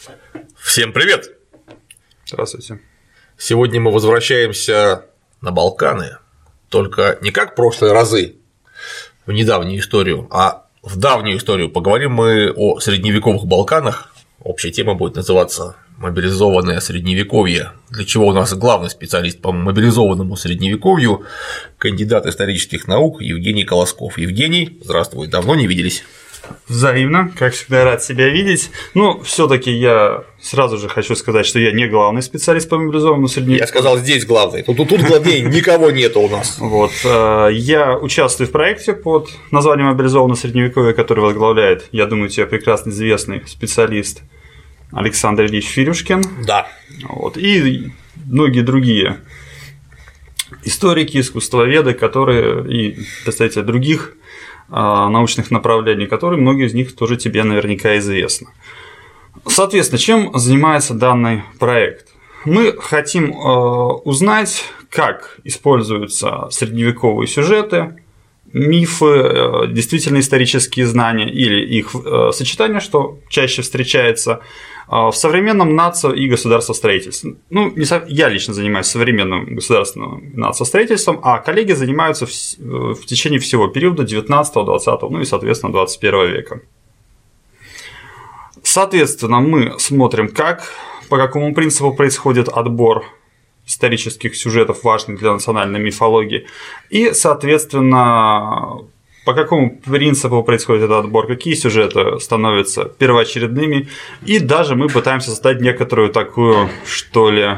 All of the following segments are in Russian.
Всем привет! Здравствуйте. Сегодня мы возвращаемся на Балканы, только не как в прошлые разы, в недавнюю историю, а в давнюю историю. Поговорим мы о средневековых Балканах. Общая тема будет называться «Мобилизованное средневековье», для чего у нас главный специалист по мобилизованному средневековью, кандидат исторических наук Евгений Колосков. Евгений, здравствуй, давно не виделись. Взаимно, как всегда, рад себя видеть. Но все-таки я сразу же хочу сказать, что я не главный специалист по мобилизованному средневековью. Я сказал, здесь главный. Тут главнее никого нету у нас. Вот. Я участвую в проекте под названием «Мобилизованное средневековье», который возглавляет, я думаю, тебе прекрасно известный специалист Александр Ильич Фирюшкин. Да. Вот. И многие другие историки, искусствоведы, которые и представители других научных направлений, которые многие из них тоже тебе наверняка известны. Соответственно, чем занимается данный проект? Мы хотим узнать, как используются средневековые сюжеты, мифы, действительно исторические знания или их сочетание, что чаще встречается в современном нацио- и государствостроительстве. Ну, я лично занимаюсь современным государственным нациостроительством, а коллеги занимаются в течение всего периода 19-20, ну и, соответственно, 21 века. Соответственно, мы смотрим, по какому принципу происходит отбор исторических сюжетов, важных для национальной мифологии, и, соответственно, по какому принципу происходит этот отбор, какие сюжеты становятся первоочередными, и даже мы пытаемся создать некоторую такую, что ли,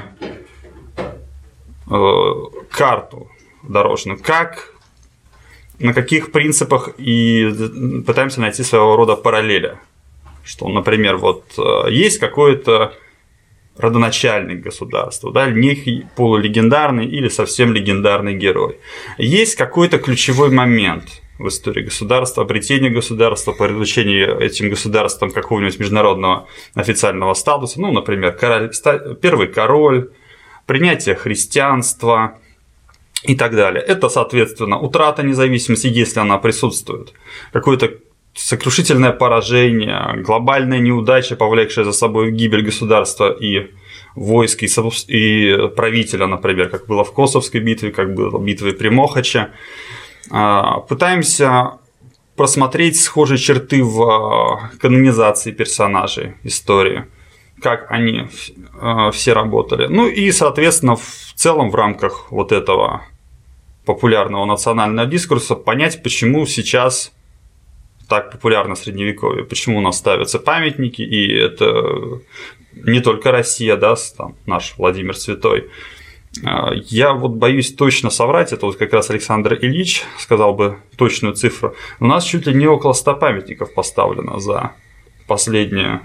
карту дорожную, на каких принципах, и пытаемся найти своего рода параллели, что, например, вот есть какое-то родоначальник государства, да, некий полулегендарный или совсем легендарный герой. Есть какой-то ключевой момент в истории государства, обретение государства, получение этим государством какого-нибудь международного официального статуса, ну, например, первый король, принятие христианства и так далее. Это, соответственно, утрата независимости, если она присутствует, какое-то сокрушительное поражение, глобальная неудача, повлекшая за собой гибель государства и войск, и правителя, например, как было в Косовской битве, как было в битве при Мохаче. Пытаемся просмотреть схожие черты в канонизации персонажей истории, как они все работали. Ну и, соответственно, в целом в рамках вот этого популярного национального дискурса понять, почему сейчас так популярно средневековье, почему у нас ставятся памятники, и это не только Россия, да, там наш Владимир Святой. Я вот боюсь точно соврать, это вот как раз Александр Ильич сказал бы точную цифру. У нас чуть ли не около 100 памятников поставлено за последние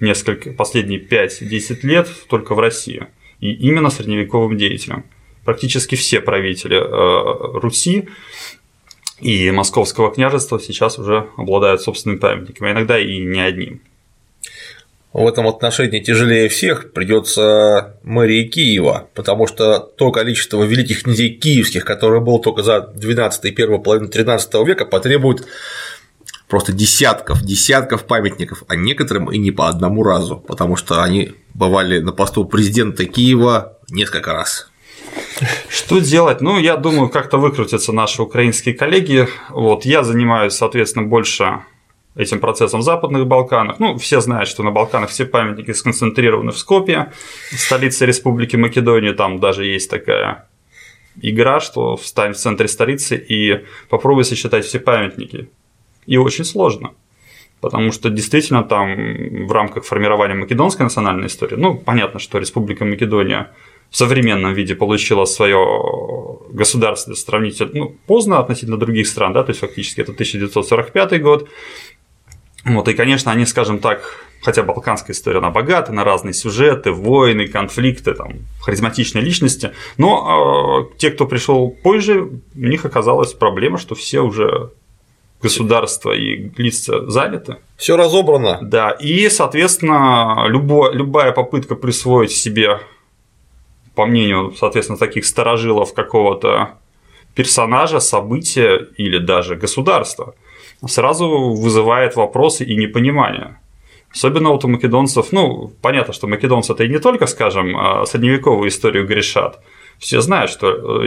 5-10 лет только в России, и именно средневековым деятелям. Практически все правители Руси и Московского княжества сейчас уже обладают собственным памятником, а иногда и не одним. В этом отношении тяжелее всех придется мэрии Киева, потому что то количество великих князей киевских, которое было только за 12 и первую половину 13 века, потребует просто десятков памятников, а некоторым и не по одному разу, потому что они бывали на посту президента Киева несколько раз. Что делать? Ну, я думаю, как-то выкрутятся наши украинские коллеги. Вот, я занимаюсь, соответственно, больше этим процессом в Западных Балканах. Ну, все знают, что на Балканах все памятники сконцентрированы в Скопье, столице Республики Македония. Там даже есть такая игра, что встань в центре столицы и попробуй сосчитать все памятники. И очень сложно. Потому что действительно там в рамках формирования македонской национальной истории, ну, понятно, что Республика Македония в современном виде получила свое государство сравнительно поздно относительно других стран, да, то есть фактически это 1945 год. Вот, и, конечно, они, скажем так, хотя балканская история, она богата на разные сюжеты, войны, конфликты, там, харизматичные личности, но те, кто пришел позже, у них оказалась проблема, что все уже государства и лица заняты. Все разобрано. Да, и, соответственно, любая попытка присвоить себе, по мнению, соответственно, таких старожилов какого-то персонажа, события или даже государства, сразу вызывает вопросы и непонимание. Особенно вот у македонцев, ну, понятно, что македонцы это и не только, скажем, средневековую историю грешат. Все знают, что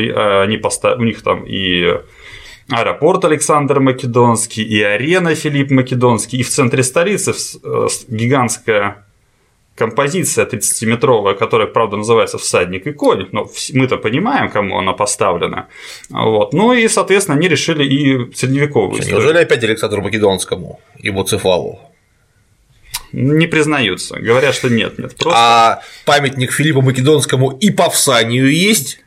у них там и аэропорт Александр Македонский, и арена Филипп Македонский, и в центре столицы гигантская композиция 30-метровая, которая, правда, называется «Всадник и конь», но мы-то понимаем, кому она поставлена. Вот. Ну и, соответственно, они решили и средневековую историю. Неужели опять Александру Македонскому и Буцефалу? Не признаются, говорят, что нет. Просто... А памятник Филиппу Македонскому и Павсанию есть?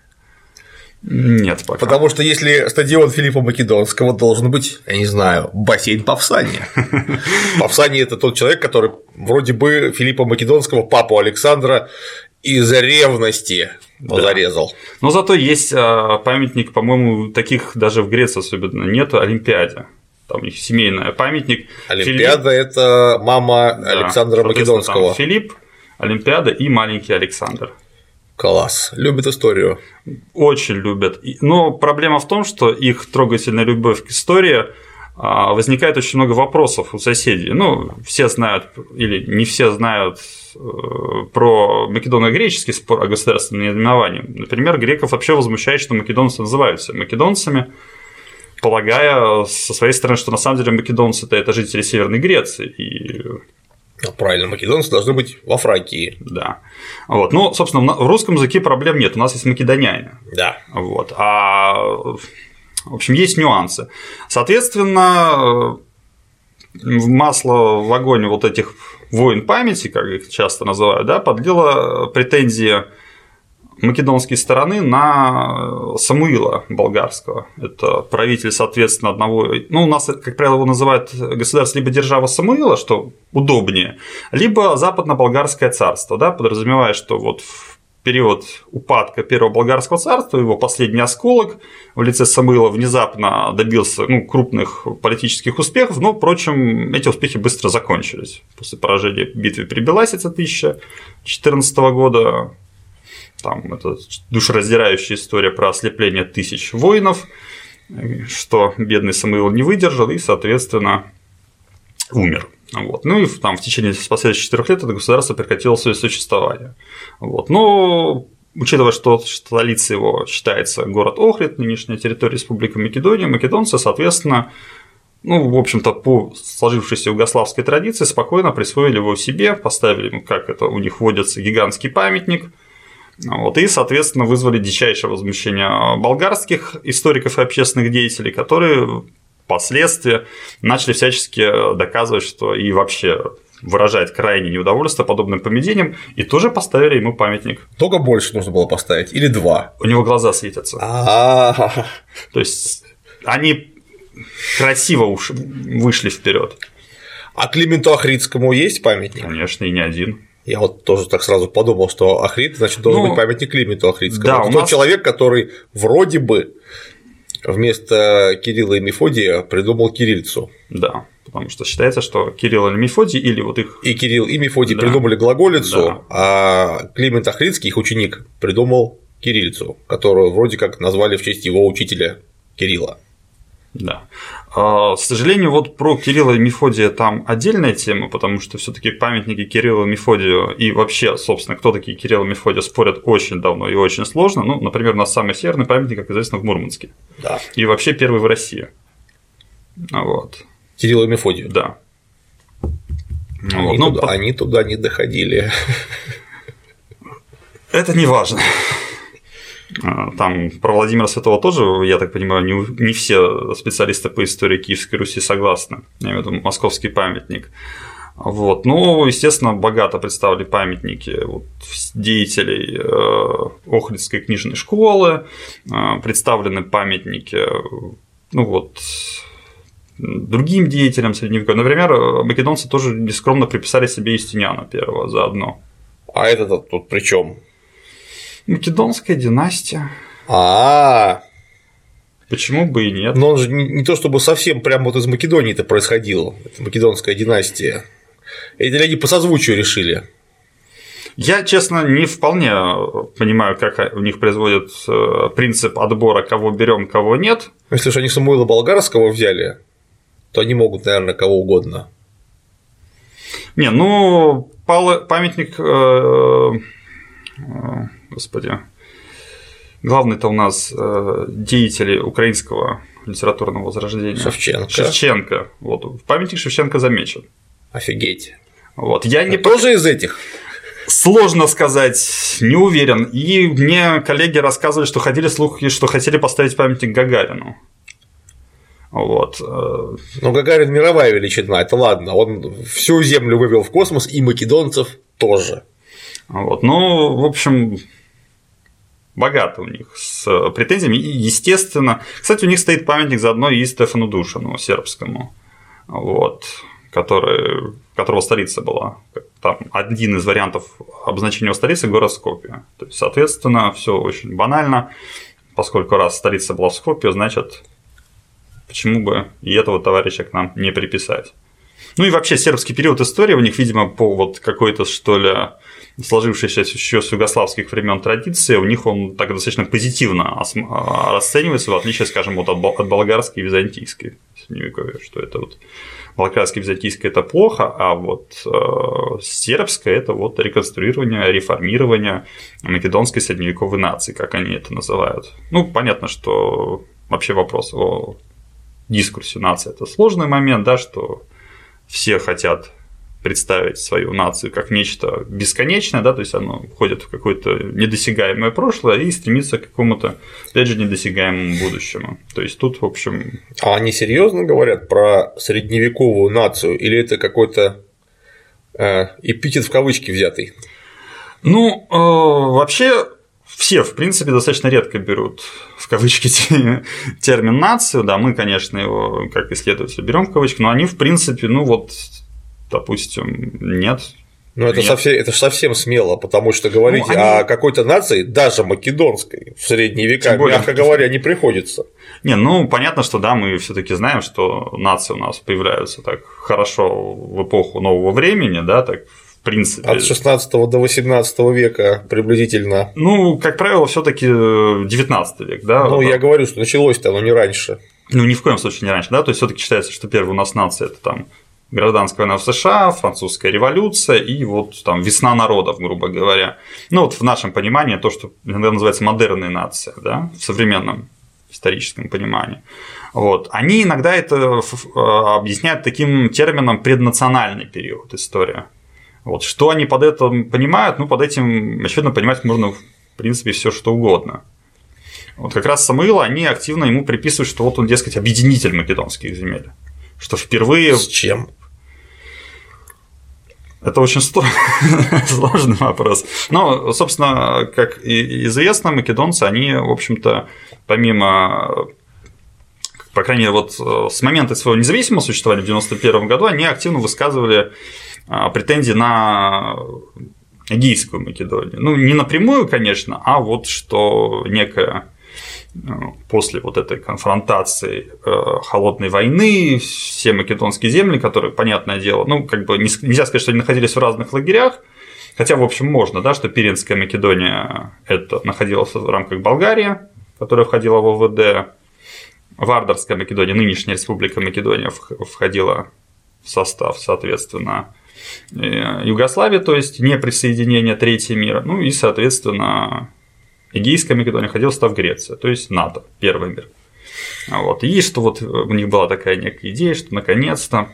Нет, пока. Потому что если стадион Филиппа Македонского, должен быть, я не знаю, бассейн Павсания. Павсаний – это тот человек, который вроде бы Филиппа Македонского, папу Александра, из-за ревности зарезал. Но зато есть памятник, по-моему, таких даже в Греции особенно нет, Олимпиаде. Там у них семейный памятник. Олимпиада – это мама Александра Македонского. Филипп, Олимпиада и маленький Александр. Класс. Любят историю. Очень любят. Но проблема в том, что их трогательная любовь к истории возникает очень много вопросов у соседей. Ну, все знают, или не все знают про македоно-греческий спор о государственном наименовании. Например, греков вообще возмущает, что македонцы называются македонцами, полагая со своей стороны, что на самом деле македонцы – это жители Северной Греции. И... Правильно, македонцы должны быть во Фракии. Да. Вот. Ну, собственно, в русском языке проблем нет, у нас есть македоняне. Да. Вот. В общем, есть нюансы. Соответственно, масло в огонь вот этих войн памяти, как их часто называют, да, подлило претензии македонской стороны на Самуила Болгарского. Это правитель, соответственно, одного... Ну, у нас, как правило, его называют государство либо держава Самуила, что удобнее, либо Западно-Болгарское царство, да, подразумевая, что вот в период упадка Первого Болгарского царства его последний осколок в лице Самуила внезапно добился крупных политических успехов, но, впрочем, эти успехи быстро закончились. После поражения в битве при Беласице 1014 года там это душераздирающая история про ослепление тысяч воинов, что бедный Самуил не выдержал и, соответственно, умер. Вот. Ну и там в течение последующих 4 лет это государство прекратило свое существование. Вот. Но учитывая, что столицей его считается город Охрид, нынешняя территория Республики Македония, македонцы, соответственно, в общем-то, по сложившейся югославской традиции спокойно присвоили его себе, поставили, как это у них водится, гигантский памятник. Вот, и, соответственно, вызвали дичайшее возмущение болгарских историков и общественных деятелей, которые впоследствии начали всячески доказывать, что и вообще выражать крайнее неудовольствие подобным поведением, и тоже поставили ему памятник. Только больше нужно было поставить, или 2? У него глаза светятся. То есть они красиво вышли вперед. А Клименту Охридскому есть памятник? Конечно, и не один. Я вот тоже так сразу подумал, что Охрид, значит, должен быть памятник Клименту Охридскому. Да, это тот человек, который вроде бы вместо Кирилла и Мефодия придумал кириллицу. Да, потому что считается, что Кирилл или Мефодий, или вот их… И Кирилл, и Мефодий придумали глаголицу, а Климент Охридский, их ученик, придумал кириллицу, которую вроде как назвали в честь его учителя Кирилла. Да. К сожалению, вот про Кирилла и Мефодия там отдельная тема, потому что все-таки памятники Кириллу и Мефодию и вообще, собственно, кто такие Кирилл и Мефодий, спорят очень давно и очень сложно. Ну, например, у нас самый северный памятник, как известно, в Мурманске. Да. И вообще первый в России. Вот. Кириллу и Мефодию. Да. Они туда не доходили. Это не важно. Там про Владимира Святого тоже, я так понимаю, не все специалисты по истории Киевской Руси согласны. Я имею в виду московский памятник. Вот. Ну, естественно, богато представили памятники деятелей Охридской книжной школы, представлены памятники другим деятелям средневековья. Например, македонцы тоже нескромно приписали себе Юстиниана I заодно. А это тут при чем? Македонская династия. Почему бы и нет? Но он же не то чтобы совсем прям вот из Македонии-то происходил, это македонская династия. Эти люди по созвучию решили. Я, честно, не вполне понимаю, как у них производят принцип отбора, кого берем, кого нет. Если же они Самуила Болгарского взяли, то они могут, наверное, кого угодно. Не, ну, памятник, господи, главный-то у нас деятель украинского литературного возрождения. Шевченко. Вот, памятник Шевченко замечен. Офигеть. Вот. Я не тоже из этих? Сложно сказать, не уверен. И мне коллеги рассказывали, что ходили слухи, что хотели поставить памятник Гагарину. Вот. Но Гагарин мировая величина, это ладно. Он всю Землю вывел в космос, и македонцев тоже. Вот. Ну, в общем, богато у них с претензиями. И, естественно, кстати, у них стоит памятник заодно и Стефану Душину, сербскому, вот, которого столица была. Там один из вариантов обозначения его столицы – город Скопье. То есть, соответственно, все очень банально. Поскольку раз столица была в Скопье, значит, почему бы и этого товарища к нам не приписать. Ну и вообще сербский период истории у них, видимо, по вот какой-то, что ли, сложившейся еще с югославских времен традиции, у них он так достаточно позитивно расценивается, в отличие, скажем, вот от болгарской и византийской средневековья, что это вот болгарское и византийское – это плохо, а вот сербское – это вот реконструирование, реформирование македонской средневековой нации, как они это называют. Ну, понятно, что вообще вопрос о дискурсе нации – это сложный момент, да, что все хотят представить свою нацию как нечто бесконечное, да, то есть оно входит в какое-то недосягаемое прошлое и стремится к какому-то, опять же, недосягаемому будущему. То есть тут, в общем… А они серьезно говорят про средневековую нацию, или это какой-то эпитет в кавычки взятый? Ну, вообще… Все, в принципе, достаточно редко берут в кавычки термин «нацию», да, мы, конечно, его как исследователи берем в кавычки, но они, в принципе, ну вот, допустим, нет. Ну, это же совсем смело, потому что говорить о какой-то нации, даже македонской, в средние века, мягко говоря, не приходится. Не, ну, понятно, что да, мы все-таки знаем, что нации у нас появляются так хорошо в эпоху нового времени, да, так в принципе. От 16 до 18 века приблизительно. Ну, как правило, все-таки 19 век, да. Ну, я говорю, что началось-то оно не раньше. Ну, ни в коем случае не раньше, да. То есть все-таки считается, что первая у нас нация это там гражданская война в США, французская революция и вот там весна народов, грубо говоря. Ну, вот в нашем понимании то, что иногда называется модерная нация, да, в современном историческом понимании. Вот. Они иногда это объясняют таким термином преднациональный период истории. Вот. Что они под этим понимают? Ну, под этим, очевидно, понимать можно, в принципе, все что угодно. Вот как раз Самуила, они активно ему приписывают, что вот он, дескать, объединитель македонских земель. Что впервые… С чем? Это очень сложный вопрос. Но, собственно, как и известно, македонцы, они, в общем-то, помимо… По крайней мере, вот с момента своего независимого существования в 1991 году они активно высказывали претензии на Эгейскую Македонию. Ну, не напрямую, конечно, а вот что некое после вот этой конфронтации холодной войны все македонские земли, которые, понятное дело, ну, как бы нельзя сказать, что они находились в разных лагерях, хотя, в общем, можно, да, что Пиренская Македония это находилась в рамках Болгарии, которая входила в ОВД, Вардарская Македония, нынешняя Республика Македония, входила в состав, соответственно, Югославии, то есть не присоединение Третьего мира, ну и, соответственно, Эгейская Македония входила в состав Греции, то есть НАТО, Первый мир. Вот. И что вот у них была такая некая идея, что наконец-то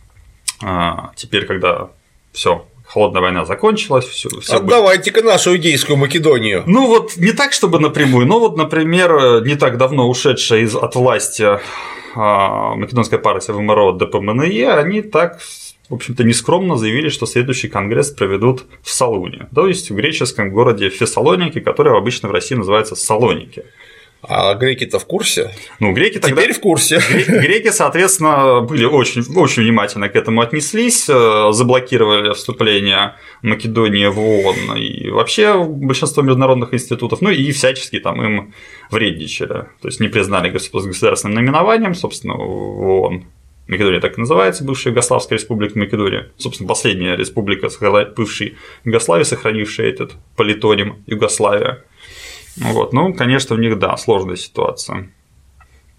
теперь, когда все, холодная война закончилась, все отдавайте-ка нашу Эгейскую Македонию. Ну вот не так, чтобы напрямую, но вот, например, не так давно ушедшая от власти македонская партия ВМРО ДПМНЕ, они так, в общем-то, нескромно заявили, что следующий конгресс проведут в Солуне, то есть в греческом городе Фессалоники, который обычно в России называется Салоники. А греки-то в курсе? Ну, греки тогда… Теперь в курсе. Греки, соответственно, были очень, очень внимательно к этому отнеслись, заблокировали вступление Македонии в ООН и вообще большинство международных институтов, ну и всячески там им вредничали, то есть не признали государственным наименованием, собственно, в ООН. Македония так и называется, бывшая Югославская республика Македония. Собственно, последняя республика бывшей Югославии, сохранившая этот политоним Югославия. Вот. Ну, конечно, у них, да, сложная ситуация.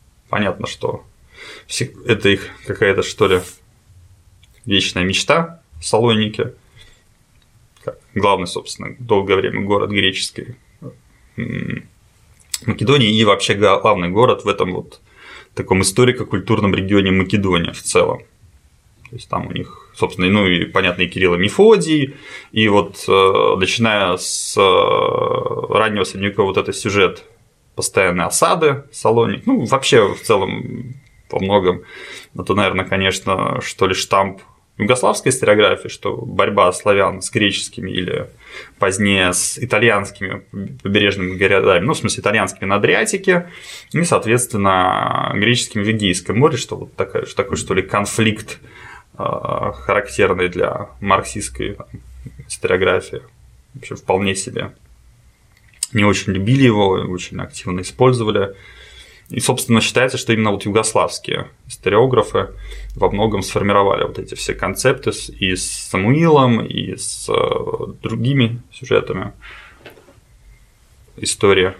Понятно, что это их какая-то, что ли, вечная мечта Салоники, как главный, собственно, долгое время город греческой Македонии и вообще главный город в этом вот таком историко-культурном регионе Македония в целом. То есть там у них, собственно, ну и понятно, и Кирилл и Мефодий, и вот начиная с раннего средневековья вот этот сюжет постоянной осады Салоник, ну вообще в целом по многом, это, наверное, конечно, что ли штамп югославской историографии, что борьба славян с греческими или позднее с итальянскими побережными городами, ну, в смысле, итальянскими на Адриатике, и, соответственно, греческими в Эгейском море, что вот такой, что ли, конфликт, характерный для марксистской историографии, вообще вполне себе. Не очень любили его, очень активно использовали. И, собственно, считается, что именно вот югославские историографы во многом сформировали вот эти все концепты и с Самуилом, и с другими сюжетами истории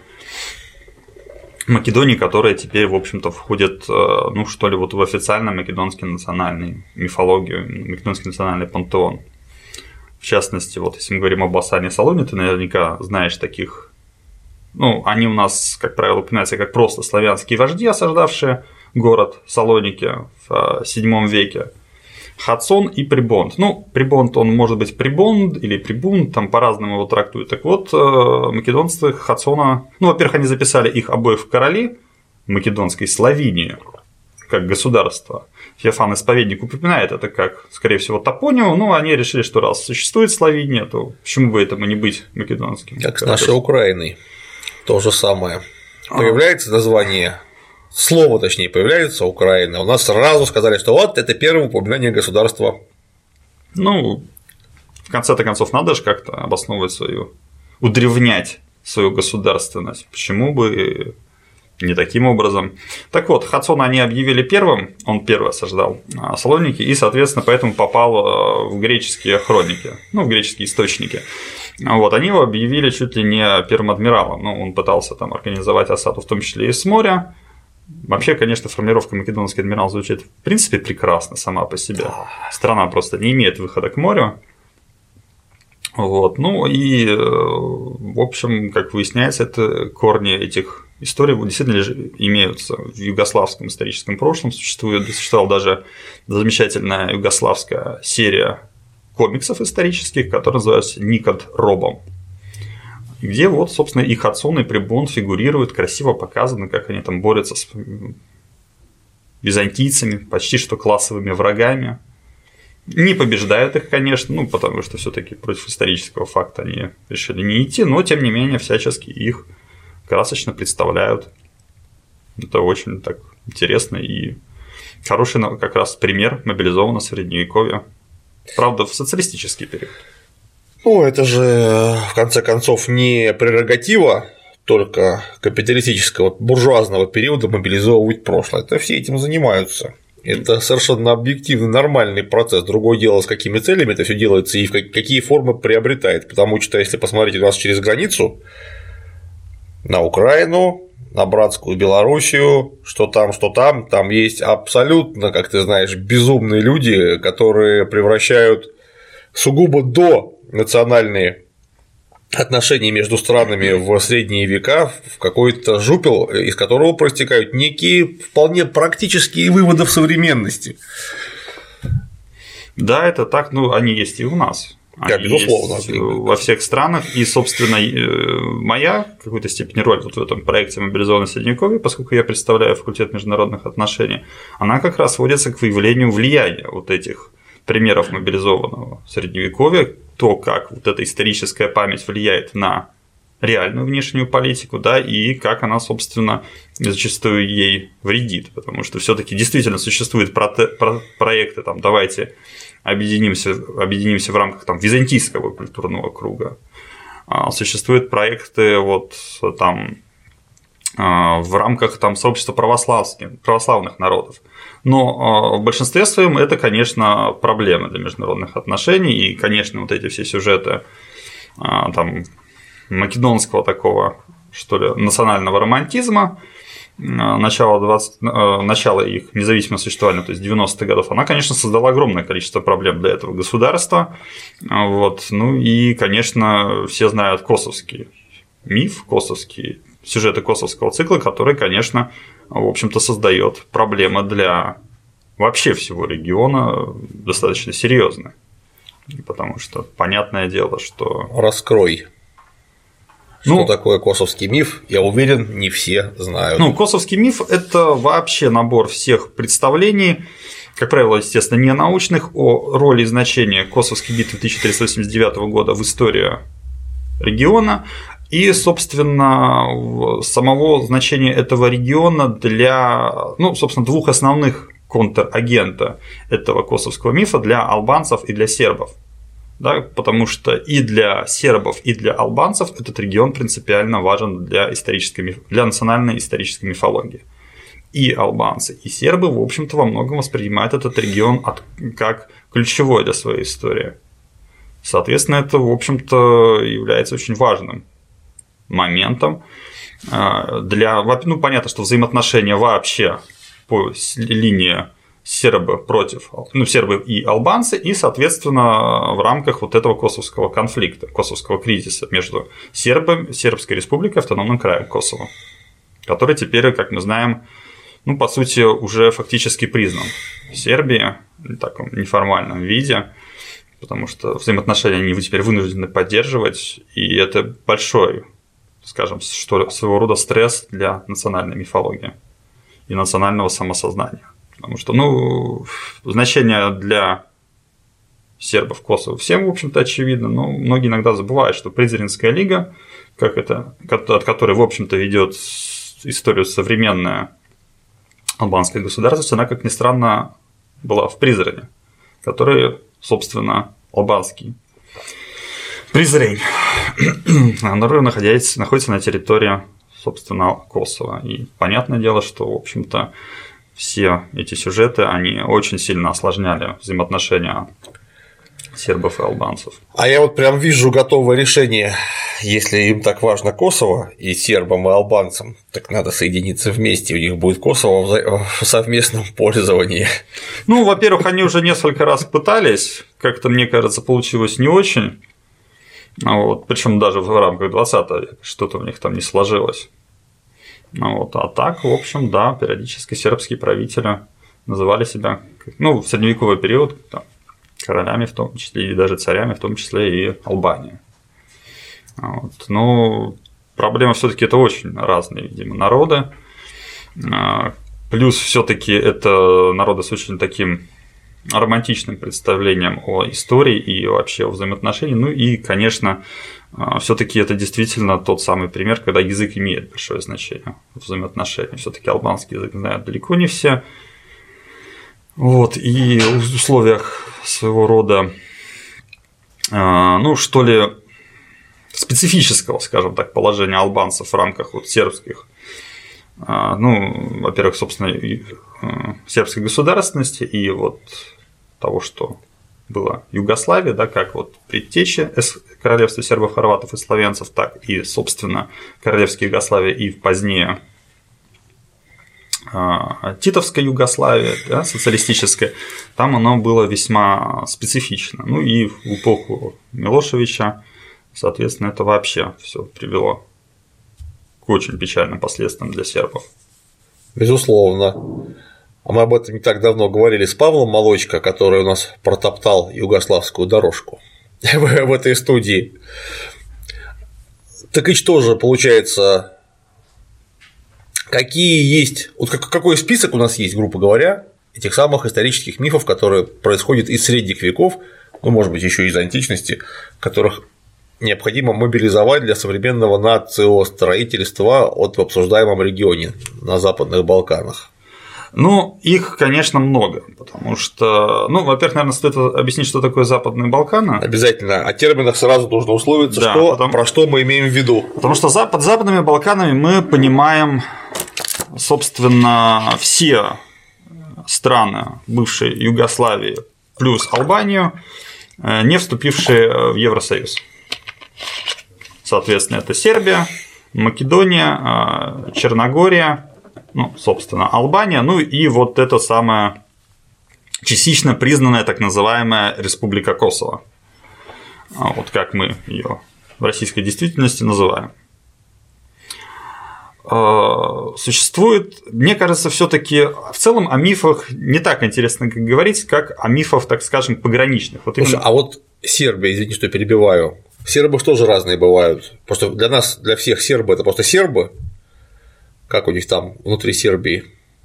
Македонии, которые теперь, в общем-то, входят, ну, что ли, вот в официальный македонский национальный мифологию, македонский национальный пантеон. В частности, вот если мы говорим об Асане и Салоне, ты наверняка знаешь таких. Ну, они у нас, как правило, упоминаются как просто славянские вожди, осаждавшие город Салоники в VII веке. Хацон и Прибонд. Ну, Прибонд, он может быть Прибонд или Прибунд, там по-разному его трактуют. Так вот, македонцы Хацона, ну, во-первых, они записали их обоих в короли македонской Словении как государство. Феофан Исповедник упоминает это как, скорее всего, топониму, но они решили, что раз существует Словения, то почему бы этому не быть македонским? Как с нашей Украиной. То же самое. Появляется название, слово, точнее, появляется Украина. У нас сразу сказали, что вот это первое упоминание государства. Ну, в конце-то концов, надо же как-то обосновывать свою, удревнять свою государственность. Почему бы не таким образом? Так вот, Хацона они объявили первым, он первый осаждал Салоники, и, соответственно, поэтому попал в греческие хроники, ну, в греческие источники. Вот, они его объявили чуть ли не первым адмиралом, ну, он пытался там организовать осаду, в том числе и с моря. Вообще, конечно, формулировка «македонский адмирал» звучит в принципе прекрасно сама по себе. Страна просто не имеет выхода к морю. Вот, ну и, в общем, как выясняется, это корни этих историй действительно имеются в югославском историческом прошлом. Существовала даже замечательная югославская серия комиксов исторических, которые называются «Никод Робом», где вот, собственно, и Хацон, и Прибонд фигурируют, красиво показано, как они там борются с византийцами, почти что классовыми врагами. Не побеждают их, конечно, ну, потому что все-таки против исторического факта они решили не идти, но, тем не менее, всячески их красочно представляют. Это очень так интересно и хороший как раз пример мобилизованного средневековья. Правда, в социалистический период. Ну, это же, в конце концов, не прерогатива только капиталистического буржуазного периода мобилизовывать прошлое. Это все этим занимаются. Это совершенно объективный, нормальный процесс. Другое дело, с какими целями это все делается и в какие формы приобретает. Потому что, если посмотреть у нас через границу, на Украину, на братскую Белоруссию, что там есть абсолютно, как ты знаешь, безумные люди, которые превращают сугубо национальные отношения между странами в средние века в какой-то жупел, из которого проистекают некие вполне практические выводы в современности. Да, это так, ну, они есть и у нас. Да, безусловно. Во всех странах. И, собственно, моя в какой-то степени роль вот в этом проекте «Мобилизованное Средневековье», поскольку я представляю факультет международных отношений, она как раз сводится к выявлению влияния вот этих примеров мобилизованного Средневековья, то, как вот эта историческая память влияет на реальную внешнюю политику, да, и как она, собственно, зачастую ей вредит, потому что все-таки действительно существуют проекты, там, давайте объединимся в рамках там, византийского культурного круга, существуют проекты вот там в рамках там, сообщества православных народов. Но в большинстве своем это, конечно, проблемы для международных отношений, и, конечно, вот эти все сюжеты там, македонского такого, что ли, национального романтизма, начала их независимого существования, то есть 90-х годов, она, конечно, создала огромное количество проблем для этого государства. Вот. Ну и, конечно, все знают косовский миф, сюжеты косовского цикла, который, конечно, в общем-то, создает проблемы для вообще всего региона достаточно серьезные. Потому что понятное дело, что… Раскрой. Что такое косовский миф, я уверен, не все знают. Косовский миф – это вообще набор всех представлений, как правило, естественно, не научных, о роли и значении Косовской битвы 1389 года в истории региона и, собственно, самого значения этого региона для, собственно, двух основных контрагента этого косовского мифа для албанцев и для сербов. Да, потому что и для сербов, и для албанцев этот регион принципиально важен для национальной исторической мифологии. И албанцы, и сербы, в общем-то, во многом воспринимают этот регион как ключевой для своей истории. Соответственно, это, в общем-то, является очень важным моментом для… понятно, что взаимоотношения вообще по линии сербы и албанцы, и, соответственно, в рамках вот этого косовского конфликта, косовского кризиса между Сербской республикой и автономным краем Косово, который теперь, как мы знаем, по сути, уже фактически признан в Сербии в таком неформальном виде, потому что взаимоотношения они теперь вынуждены поддерживать, и это большой, скажем, своего рода стресс для национальной мифологии и национального самосознания. Потому что, значение для сербов Косово всем, в общем-то, очевидно, но многие иногда забывают, что Призренская лига, от которой, в общем-то, ведет историю современная албанская государственность, она, как ни странно, была в Призрене, который, собственно, албанский Призрень, который находится на территории, собственно, Косово. И понятное дело, что, в общем-то, все эти сюжеты, они очень сильно осложняли взаимоотношения сербов и албанцев. А я вот прям вижу готовое решение, если им так важно Косово, и сербам, и албанцам, так надо соединиться вместе, у них будет Косово в совместном пользовании. Во-первых, они уже несколько раз пытались, как-то, мне кажется, получилось не очень, причем даже в рамках 20-го века что-то у них там не сложилось. А так, в общем, да, периодически сербские правители называли себя, в средневековый период, королями в том числе, и даже царями, в том числе и Албании. Проблема все-таки это очень разные, видимо, народы. Плюс все-таки это народы с очень таким романтичным представлением о истории и вообще о взаимоотношениях. И, конечно, все-таки это действительно тот самый пример, когда язык имеет большое значение в взаимоотношениях. Все-таки албанский язык знают далеко не все. И в условиях своего рода, специфического, скажем так, положения албанцев в рамках сербских, во-первых, собственно, сербской государственности и того, что была Югославия, да, как предтеча королевства сербов, хорватов и словенцев, так и, собственно, королевская Югославия и позднее Титовская Югославия, да, социалистическая, там оно было весьма специфично. И в эпоху Милошевича, соответственно, это вообще все привело к очень печальным последствиям для сербов. Безусловно. А мы об этом не так давно говорили с Павлом Молочко, который у нас протоптал югославскую дорожку в этой студии. Так и что же получается, какие есть, какой список у нас есть, грубо говоря, этих самых исторических мифов, которые происходят из средних веков, может быть, еще из античности, которых необходимо мобилизовать для современного нациостроительства в обсуждаемом регионе на Западных Балканах? Их, конечно, много, потому что, во-первых, наверное, стоит объяснить, что такое Западные Балканы. Обязательно. О терминах сразу нужно условиться, да, про что мы имеем в виду. Потому что под Западными Балканами мы понимаем, собственно, все страны бывшей Югославии плюс Албанию, не вступившие в Евросоюз. Соответственно, это Сербия, Македония, Черногория, ну, собственно, Албания, ну и вот это самая частично признанная так называемая Республика Косово. Вот как мы ее в российской действительности называем. Существует, мне кажется, все-таки в целом о мифах не так интересно говорить, как о мифах, так скажем, пограничных. Вот именно... А вот Сербия, извините, что перебиваю. Сербы тоже разные бывают. Просто для нас, для всех сербы это просто сербы. Как у них там внутри Сербии?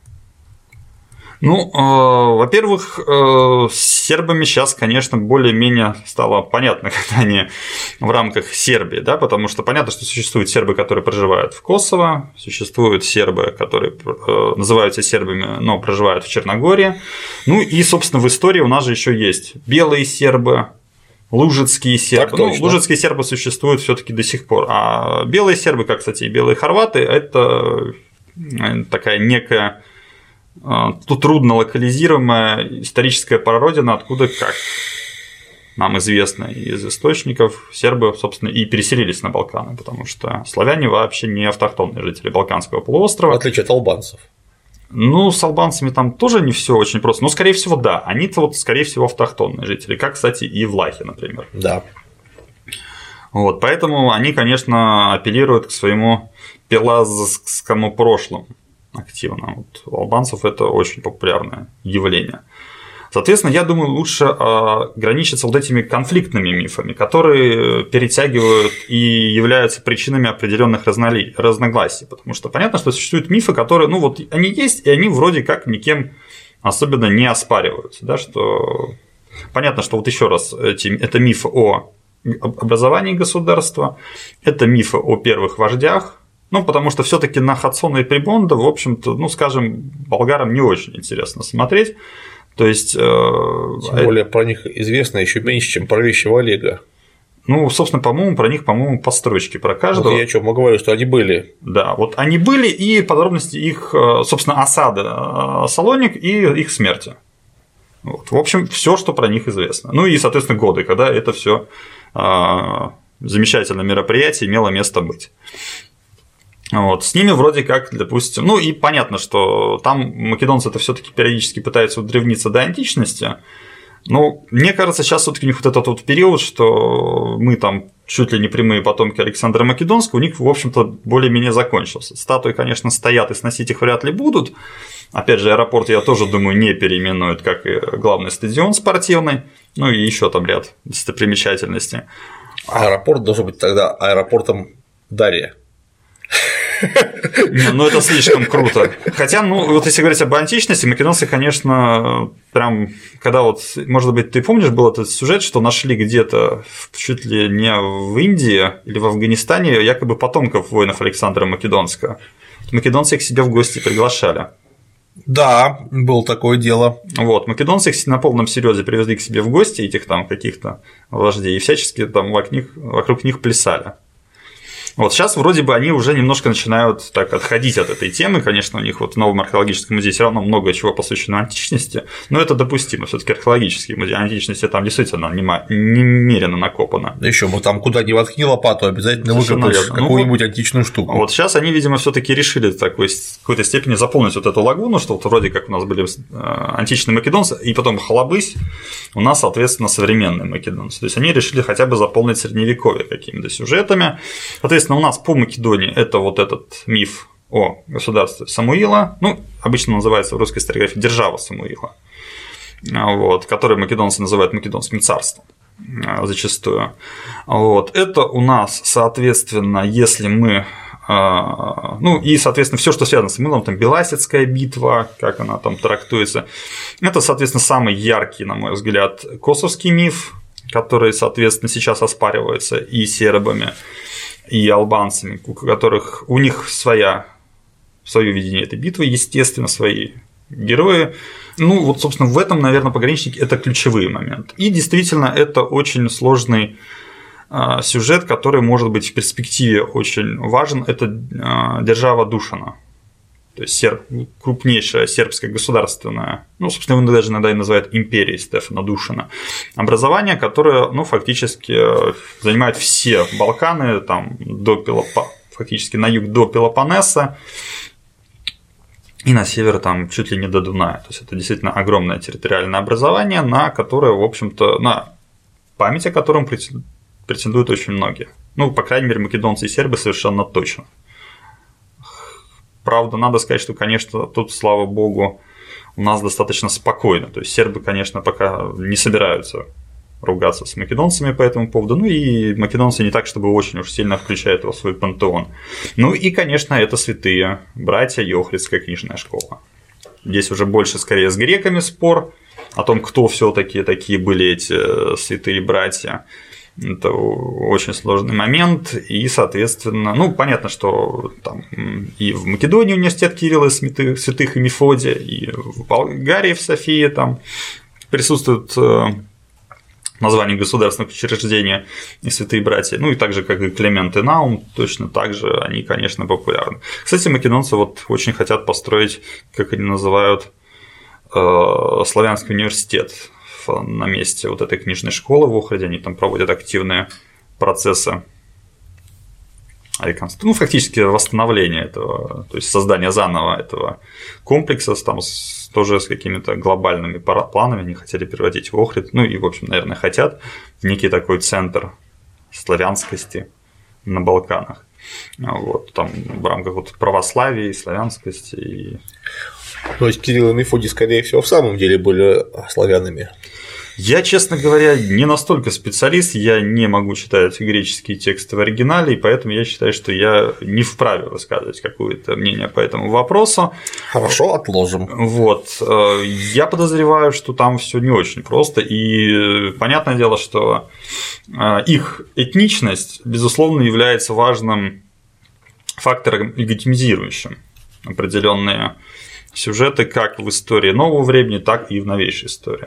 Ну, во-первых, с сербами сейчас, конечно, более-менее стало понятно, когда они в рамках Сербии, да, потому что понятно, что существуют сербы, которые проживают в Косово, существуют сербы, которые называются сербами, но проживают в Черногории. Ну и, собственно, в истории у нас же еще есть белые сербы, лужицкие сербы. Ну, лужицкие сербы существуют все-таки до сих пор. А белые сербы, как, кстати, и белые хорваты, это такая некая тут трудно локализируемая историческая прародина, откуда, как нам известно из источников, сербы, собственно, и переселились на Балканы, потому что славяне вообще не автохтонные жители Балканского полуострова. В отличие от албанцев. Ну, с албанцами там тоже не все очень просто. Но, скорее всего, да. Они-то вот, скорее всего, автохтонные жители, как, кстати, и влахи, например. Да. Вот, поэтому они, конечно, апеллируют к своему пелазскому прошлому активно. Вот у албанцев это очень популярное явление. Соответственно, я думаю, лучше ограничиться вот этими конфликтными мифами, которые перетягивают и являются причинами определенных разногласий. Потому что понятно, что существуют мифы, которые, ну вот они есть, и они вроде как никем особенно не оспариваются. Да, что... Понятно, что вот еще раз, это мифы о образовании государства, это мифы о первых вождях. Ну, потому что все-таки на Хацона и Прибонда, в общем-то, ну, скажем, болгарам не очень интересно смотреть. То есть. Тем более про них известно еще меньше, чем про Вещего Олега. Ну, собственно, по-моему, про них, по-моему, по строчке про каждого. Вот я о чем говорю, что они были. Да, вот они были, и подробности их, собственно, осады Салоник и их смерти. Вот. В общем, все, что про них известно. Ну и, соответственно, годы, когда это все замечательное мероприятие имело место быть. Вот. С ними вроде как, допустим, ну и понятно, что там македонцы-то все-таки периодически пытаются удревниться до античности. Но мне кажется, сейчас все-таки у них вот этот вот период, что мы там чуть ли не прямые потомки Александра Македонского, у них, в общем-то, более-менее закончился. Статуи, конечно, стоят, и сносить их вряд ли будут. Опять же, аэропорт, я тоже думаю, не переименуют, как и главный стадион спортивный. Ну и еще там ряд достопримечательностей. Аэропорт должен быть тогда аэропортом Дария. Не, ну это слишком круто. Хотя, ну, вот если говорить об античности, македонцы, конечно, прям, когда вот, может быть, ты помнишь, был этот сюжет, что нашли где-то чуть ли не в Индии или в Афганистане якобы потомков воинов Александра Македонского. Македонцы их к себе в гости приглашали. Да, было такое дело. Вот, македонцы их на полном серьезе привезли к себе в гости, этих там каких-то вождей, и всячески там вокруг них плясали. Вот сейчас вроде бы они уже немножко начинают так отходить от этой темы. Конечно, у них вот в новом археологическом музее все равно много чего посвящено античности, но это допустимо. Все-таки археологический музей античности там действительно немерено накопано. Да еще мы там куда ни воткни лопату, обязательно выкопаешь какую-нибудь античную штуку. Вот сейчас они, видимо, все-таки решили в какой-то степени заполнить вот эту лагуну, что вот вроде как у нас были античные македонцы, и потом халабысь, у нас, соответственно, современные македонцы. То есть они решили хотя бы заполнить средневековье какими-то сюжетами. Соответственно, у нас по Македонии это вот этот миф о государстве Самуила, ну, обычно называется в русской историографии держава Самуила, вот, который македонцы называют Македонским царством зачастую. Вот. Это у нас, соответственно, если мы. Ну и, соответственно, все, что связано с Самуилом, там Беласецкая битва, как она там трактуется, это, соответственно, самый яркий, на мой взгляд, косовский миф, который, соответственно, сейчас оспаривается и сербами, и албанцами, у них свое видение этой битвы, естественно, свои герои. Ну, вот, собственно, в этом, наверное, пограничники – это ключевые моменты. И действительно, это очень сложный сюжет, который может быть в перспективе очень важен. Это держава Душана. То есть крупнейшее сербское государственное, ну, собственно, его даже иногда и называют империей Стефана Душана, образование, которое, ну, фактически занимает все Балканы, там, фактически на юг до Пелопоннеса, и на север там чуть ли не до Дуная. То есть это действительно огромное территориальное образование, на которое, в общем-то, на память о котором претендуют очень многие. Ну, по крайней мере, македонцы и сербы совершенно точно. Правда, надо сказать, что, конечно, тут, слава богу, у нас достаточно спокойно. То есть сербы, конечно, пока не собираются ругаться с македонцами по этому поводу. Ну и македонцы не так, чтобы очень уж сильно включают его в свой пантеон. Ну и, конечно, это святые братья и Охридская книжная школа. Здесь уже больше скорее с греками спор о том, кто все-таки такие были эти святые братья. Это очень сложный момент, и, соответственно, ну, понятно, что там и в Македонии университет Кирилла святых и Мефодия, и в Болгарии, в Софии там присутствуют названия государственных учреждений и святые братья, ну, и так же, как и Климент и Наум, точно так же они, конечно, популярны. Кстати, македонцы вот очень хотят построить, как они называют, славянский университет на месте вот этой книжной школы в Охриде, они там проводят активные процессы реконструкции, ну, фактически восстановления этого, то есть создания заново этого комплекса, там тоже с какими-то глобальными планами они хотели превратить в Охрид, ну и, в общем, наверное, хотят в некий такой центр славянскости на Балканах. Вот, там в рамках вот православия и славянскости. И... То есть Кирилл и Мефодий, скорее всего, в самом деле были славянами. Я, честно говоря, не настолько специалист, я не могу читать греческие тексты в оригинале, и поэтому я считаю, что я не вправе высказывать какое-то мнение по этому вопросу. Хорошо, отложим. Вот. Я подозреваю, что там все не очень просто, и понятное дело, что их этничность, безусловно, является важным фактором легитимизирующим определенные сюжеты как в истории нового времени, так и в новейшей истории.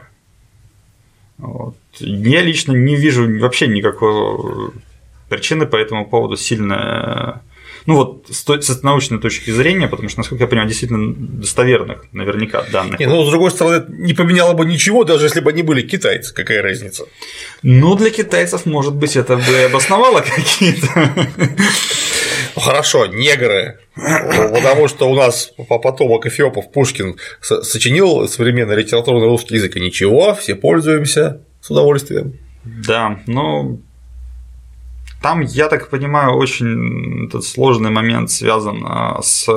Вот. Я лично не вижу вообще никакой причины по этому поводу сильно, ну вот с научной точки зрения, потому что, насколько я понимаю, действительно достоверных наверняка данных. Ну, с другой стороны, не поменяло бы ничего, даже если бы они были китайцы, какая разница? Ну, для китайцев, может быть, это бы обосновало какие-то. Ну, хорошо, негры, потому что у нас потомок эфиопов Пушкин сочинил современный литературный русский язык, и ничего, все пользуемся с удовольствием. Да, ну, там, я так понимаю, очень этот сложный момент связан с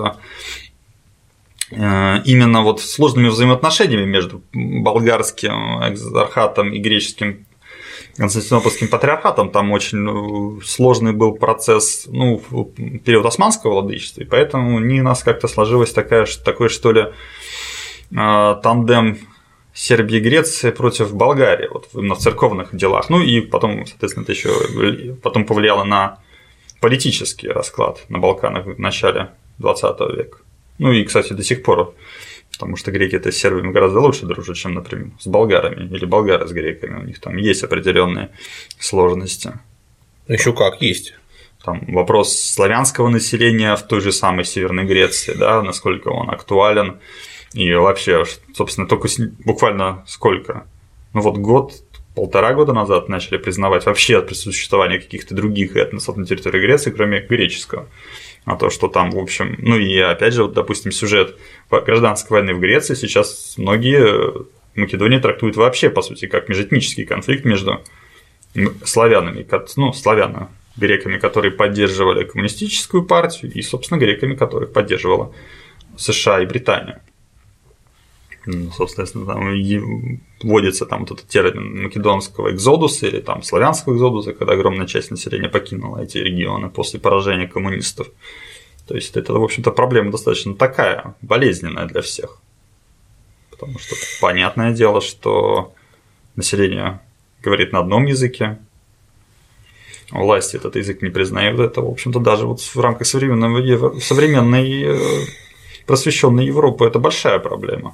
именно вот сложными взаимоотношениями между болгарским экзархатом и греческим Константинопольским патриархатом. Там очень сложный был процесс, ну, в период османского владычества, и поэтому у нас как-то сложилось такой, что ли, тандем Сербии и Греции против Болгарии, вот именно в церковных делах. Ну и потом, соответственно, это еще потом повлияло на политический расклад на Балканах в начале 20 века. Ну и, кстати, до сих пор. Потому что греки-то с сербами гораздо лучше дружат, чем, например, с болгарами, или болгары с греками. У них там есть определенные сложности. Еще как есть. Там вопрос славянского населения в той же самой Северной Греции, да, насколько он актуален. И вообще, собственно, только буквально сколько? Ну вот полтора года назад начали признавать вообще существование каких-то других этносов на территории Греции, кроме греческого. А то, что там, в общем, ну и опять же, вот, допустим, сюжет гражданской войны в Греции сейчас многие в Македонии трактуют вообще, по сути, как межэтнический конфликт между славянами, ну, греками, которые поддерживали коммунистическую партию, и, собственно, греками, которых поддерживала США и Британия. Ну, собственно, там вводится там вот этот термин македонского экзодуса или там славянского экзодуса, когда огромная часть населения покинула эти регионы после поражения коммунистов. То есть это, в общем-то, проблема достаточно такая, болезненная для всех. Потому что понятное дело, что население говорит на одном языке, власти этот язык не признают. Это, в общем-то, даже вот в рамках современной просвещенной Европы это большая проблема.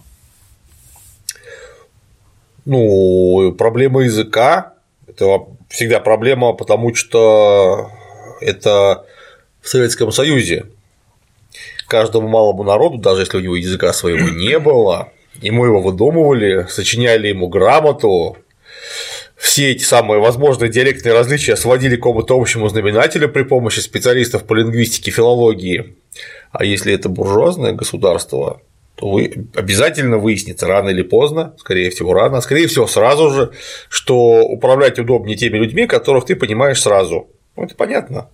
Ну, проблема языка – это всегда проблема, потому что это в Советском Союзе каждому малому народу, даже если у него языка своего не было, ему его выдумывали, сочиняли ему грамоту, все эти самые возможные диалектные различия сводили к какому-то общему знаменателю при помощи специалистов по лингвистике, филологии. А если это буржуазное государство, то вы обязательно выяснится рано или поздно, скорее всего, рано, а скорее всего, сразу же, что управлять удобнее теми людьми, которых ты понимаешь сразу. Ну, это понятно.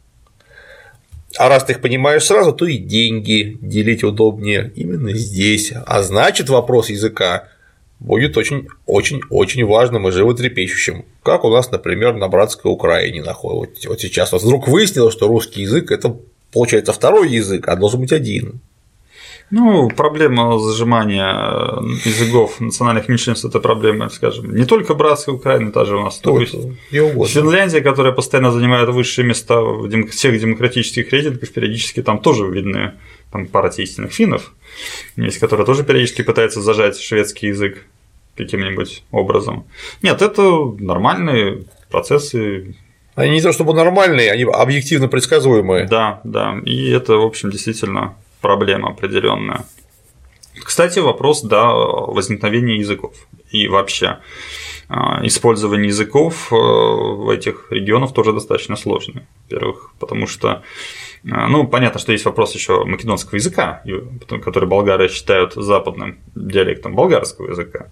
А раз ты их понимаешь сразу, то и деньги делить удобнее именно здесь. А значит, вопрос языка будет очень важным и животрепещущим. Как у нас, например, на братской Украине находится. Вот сейчас вот вдруг выяснилось, что русский язык – это, получается, второй язык, а должен быть один. Ну, проблема зажимания языков национальных меньшинств – это проблема, скажем, не только братской Украины, даже у нас. Финляндия, которая постоянно занимает высшие места в всех демократических рейтингах, периодически там тоже видны там партии истинных финнов, есть, которые тоже периодически пытаются зажать шведский язык каким-нибудь образом. Нет, это нормальные процессы. Они не то чтобы нормальные, они объективно предсказуемые. Да, и это, в общем, действительно проблема определенная. Кстати, вопрос, возникновения языков и вообще использование языков в этих регионах тоже достаточно сложно. Во-первых, потому что, понятно, что есть вопрос еще македонского языка, который болгары считают западным диалектом болгарского языка.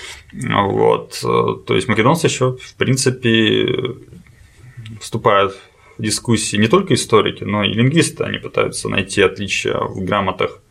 Вот. То есть македонцы еще, в принципе, вступают в дискуссии не только историки, но и лингвисты. Они пытаются найти отличия в грамотах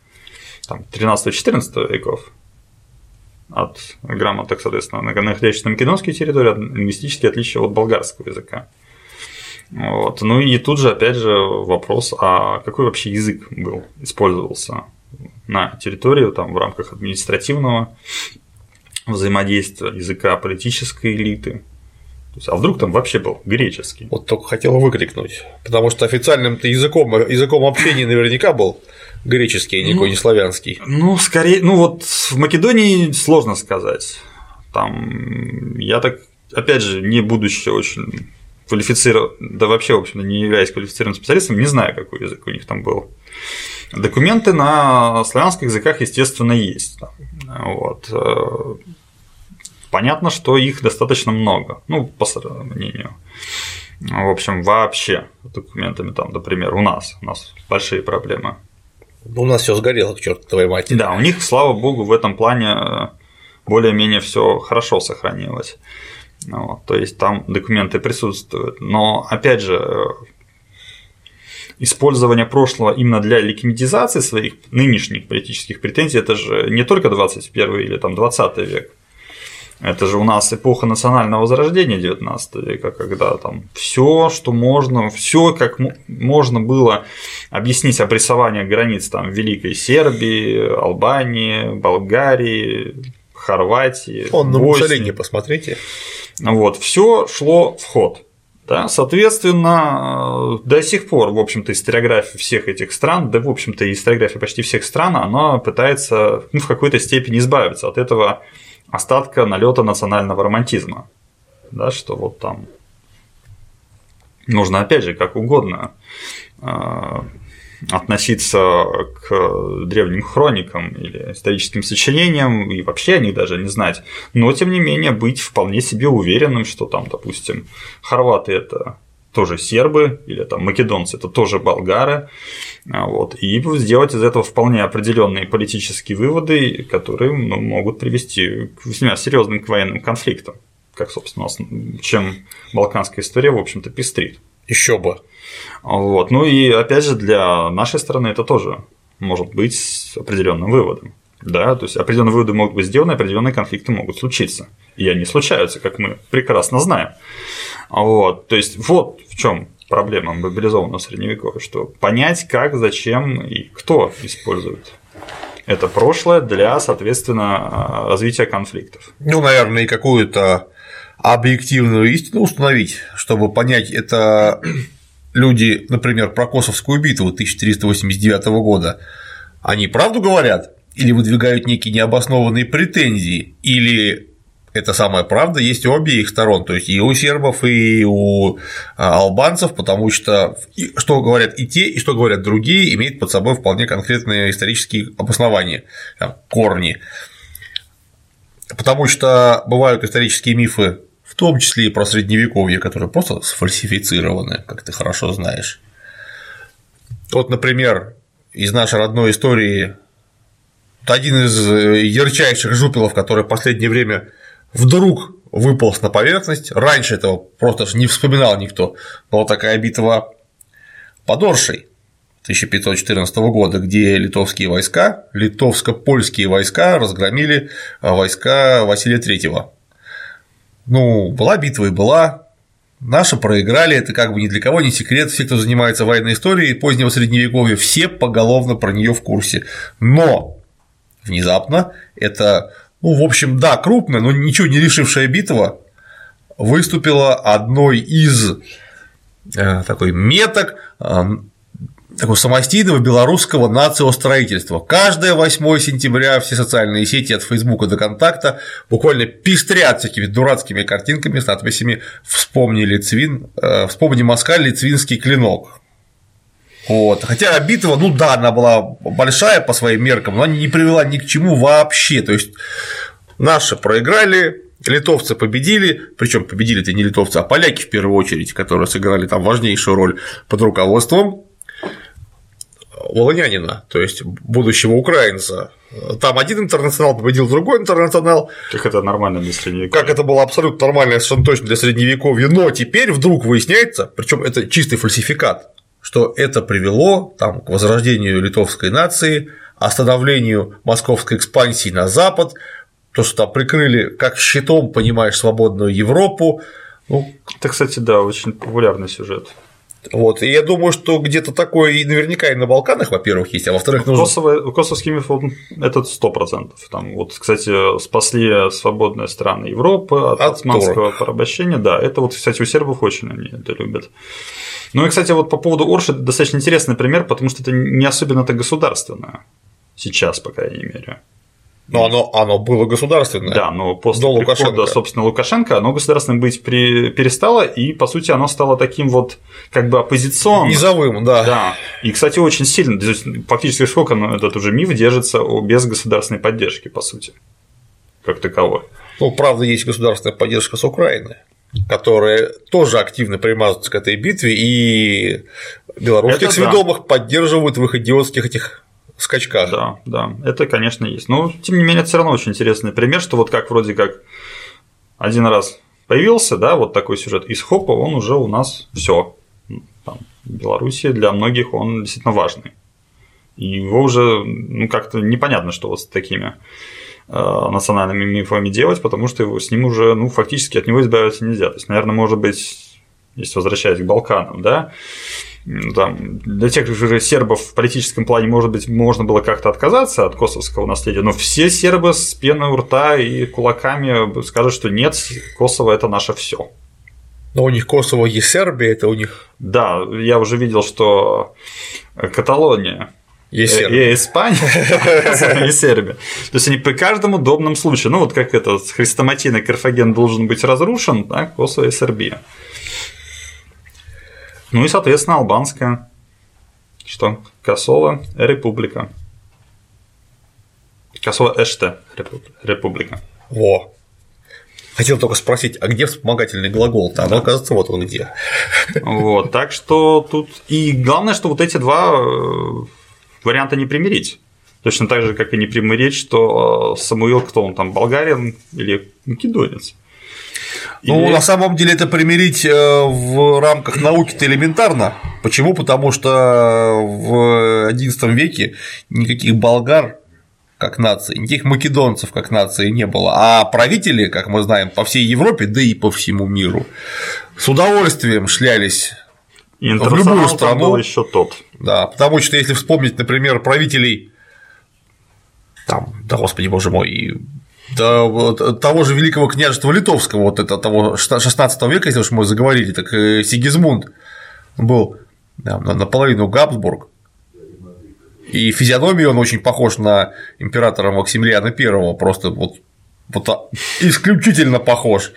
13-14 веков от грамоток, соответственно, находящихся на македонской территории, лингвистические отличия от болгарского языка. Вот. Ну и тут же, опять же, вопрос, а какой вообще язык использовался на территории в рамках административного взаимодействия, языка политической элиты. То есть, а вдруг там вообще был греческий? Вот только хотел выкрикнуть, потому что официальным-то языком общения наверняка был греческий, а никакой не славянский. Скорее, в Македонии сложно сказать. Там я так, опять же, не будучи очень квалифицирован, да вообще, в общем-то, не являясь квалифицированным специалистом, не знаю, какой язык у них там был. Документы на славянских языках, естественно, есть. Вот. Понятно, что их достаточно много, по сравнению. В общем, вообще документами например, у нас большие проблемы. У нас все сгорело, к чертовой матери. Да, у них, слава богу, в этом плане более-менее все хорошо сохранилось. То есть там документы присутствуют. Но опять же, использование прошлого именно для легитимизации своих нынешних политических претензий, это же не только 21 или 20 век. Это же у нас эпоха национального возрождения 19 века, когда там все, что можно, все как можно было объяснить обрисование границ Великой Сербии, Албании, Болгарии, Хорватии. На Муссолини посмотрите. Вот, все шло в ход. Да? Соответственно, до сих пор, в общем-то, историография всех этих стран, да, в общем-то, историография почти всех стран, она пытается в какой-то степени избавиться от этого остатка налета национального романтизма, да, что там нужно, опять же, как угодно относиться к древним хроникам или историческим сочинениям и вообще о них даже не знать, но тем не менее быть вполне себе уверенным, что допустим, хорваты – это тоже сербы, или македонцы – это тоже болгары, и сделать из этого вполне определенные политические выводы, которые могут привести к весьма серьезным военным конфликтам, как, собственно, чем балканская история, в общем-то, пестрит. Еще бы. И опять же, для нашей страны это тоже может быть определенным выводом. Да, то есть определенные выводы могут быть сделаны, определенные конфликты могут случиться. И они случаются, как мы прекрасно знаем. То есть вот в чем проблема мобилизованного средневековья, что понять, как, зачем и кто использует это прошлое для, соответственно, развития конфликтов. Наверное, и какую-то объективную истину установить, чтобы понять, это люди, например, про Косовскую битву 1389 года, они правду говорят? Или выдвигают некие необоснованные претензии, или эта самая правда есть у обеих сторон, то есть и у сербов, и у албанцев, потому что говорят и те, и что говорят другие, имеет под собой вполне конкретные исторические обоснования, корни. Потому что бывают исторические мифы, в том числе и про Средневековье, которые просто сфальсифицированы, как ты хорошо знаешь. Например, из нашей родной истории один из ярчайших жупелов, который в последнее время вдруг выполз на поверхность. Раньше этого просто не вспоминал никто. Но вот такая битва под Оршей 1514 года, где литовско-польские войска разгромили войска Василия III. Ну, была битва и была. Наши проиграли, это как бы ни для кого не секрет, все, кто занимается военной историей позднего средневековья, все поголовно про нее в курсе. Но внезапно это, ну, в общем, да, крупная, но ничего не решившая битва выступила одной из такой меток такого самостийного белорусского нациостроительства. Каждое 8 сентября все социальные сети от Фейсбука до Контакта буквально пестрят всякими дурацкими картинками с надписями «Вспомни москаль, литвинский клинок». Вот. Хотя битва, ну да, она была большая по своим меркам, но она не привела ни к чему вообще. То есть наши проиграли, литовцы победили, причем победили-то не литовцы, а поляки в первую очередь, которые сыграли там важнейшую роль под руководством Волынянина, то есть будущего украинца. Там один интернационал победил другой интернационал. Как это нормально для средневековья. Как это было абсолютно нормально, совершенно точно для средневековья. Но теперь вдруг выясняется, причем это чистый фальсификат, что это привело там, к возрождению литовской нации, остановлению московской экспансии на запад, то, что там прикрыли как щитом, понимаешь, свободную Европу. Ну, это, кстати, да, очень популярный сюжет. Вот, и я думаю, что где-то такое и наверняка и на Балканах, во-первых, есть, а во-вторых, Косовский миф это 100%. Там, вот, кстати, спасли свободные страны Европы от османского порабощения. Да, это вот, кстати, у сербов очень они это любят. Ну и, кстати, вот по поводу Орши это достаточно интересный пример, потому что это не особенно-то государственное. Сейчас, по крайней мере. Но оно было государственное. Да, но после прихода, собственно, Лукашенко оно государственным быть перестало, и, по сути, оно стало таким вот как бы оппозиционным. Низовым, да. Да. И, кстати, очень сильно, то есть, фактически сколько этот уже миф держится без государственной поддержки, по сути, как таковой. Ну, правда, есть государственная поддержка с Украины, которые тоже активно примазываются к этой битве, и белорусских сведомых поддерживают в их идиотских этих скачках. Да, да, это, конечно, есть. Но, тем не менее, это все равно очень интересный пример, что вот как вроде как один раз появился, да, вот такой сюжет, из хопа он уже у нас все. В Беларуси для многих он действительно важный. И его уже ну, как-то непонятно, что вот с такими национальными мифами делать, потому что с ним уже ну, фактически от него избавиться нельзя. То есть, наверное, может быть, если возвращаясь к Балканам, да, там, для тех же сербов в политическом плане, может быть, можно было как-то отказаться от косовского наследия, но все сербы с пеной у рта и кулаками скажут, что нет, Косово – это наше все. Но у них Косово и Сербия, это у них… Да, я уже видел, что Каталония и Испания, и Сербия. То есть они при каждом удобном случае, ну вот как это, Хрестоматийный Карфаген должен быть разрушен, да, Косово и Сербия. Ну и, соответственно, албанская, что Косово – република. Косово – Эште – република. Во. Хотел только спросить, а где вспомогательный глагол-то? Да. Оказывается, вот он где. Вот, так что тут… И главное, что вот эти два варианта не примирить. Точно так же, как и не примирить, что Самуил, кто он там, болгарин или македонец. Ну, на самом деле, это примирить в рамках науки-то элементарно. Почему? Потому что в XI веке никаких болгар как нации, никаких македонцев как нации не было, а правители, как мы знаем, по всей Европе, да и по всему миру с удовольствием шлялись в любую страну. Еще тот. Да, потому что если вспомнить, например, правителей там, да господи боже мой, того же Великого княжества Литовского, вот это того 16 века, если уж мы заговорили, так Сигизмунд был наполовину Габсбург, и физиономией он очень похож на императора Максимилиана I, просто вот исключительно похож.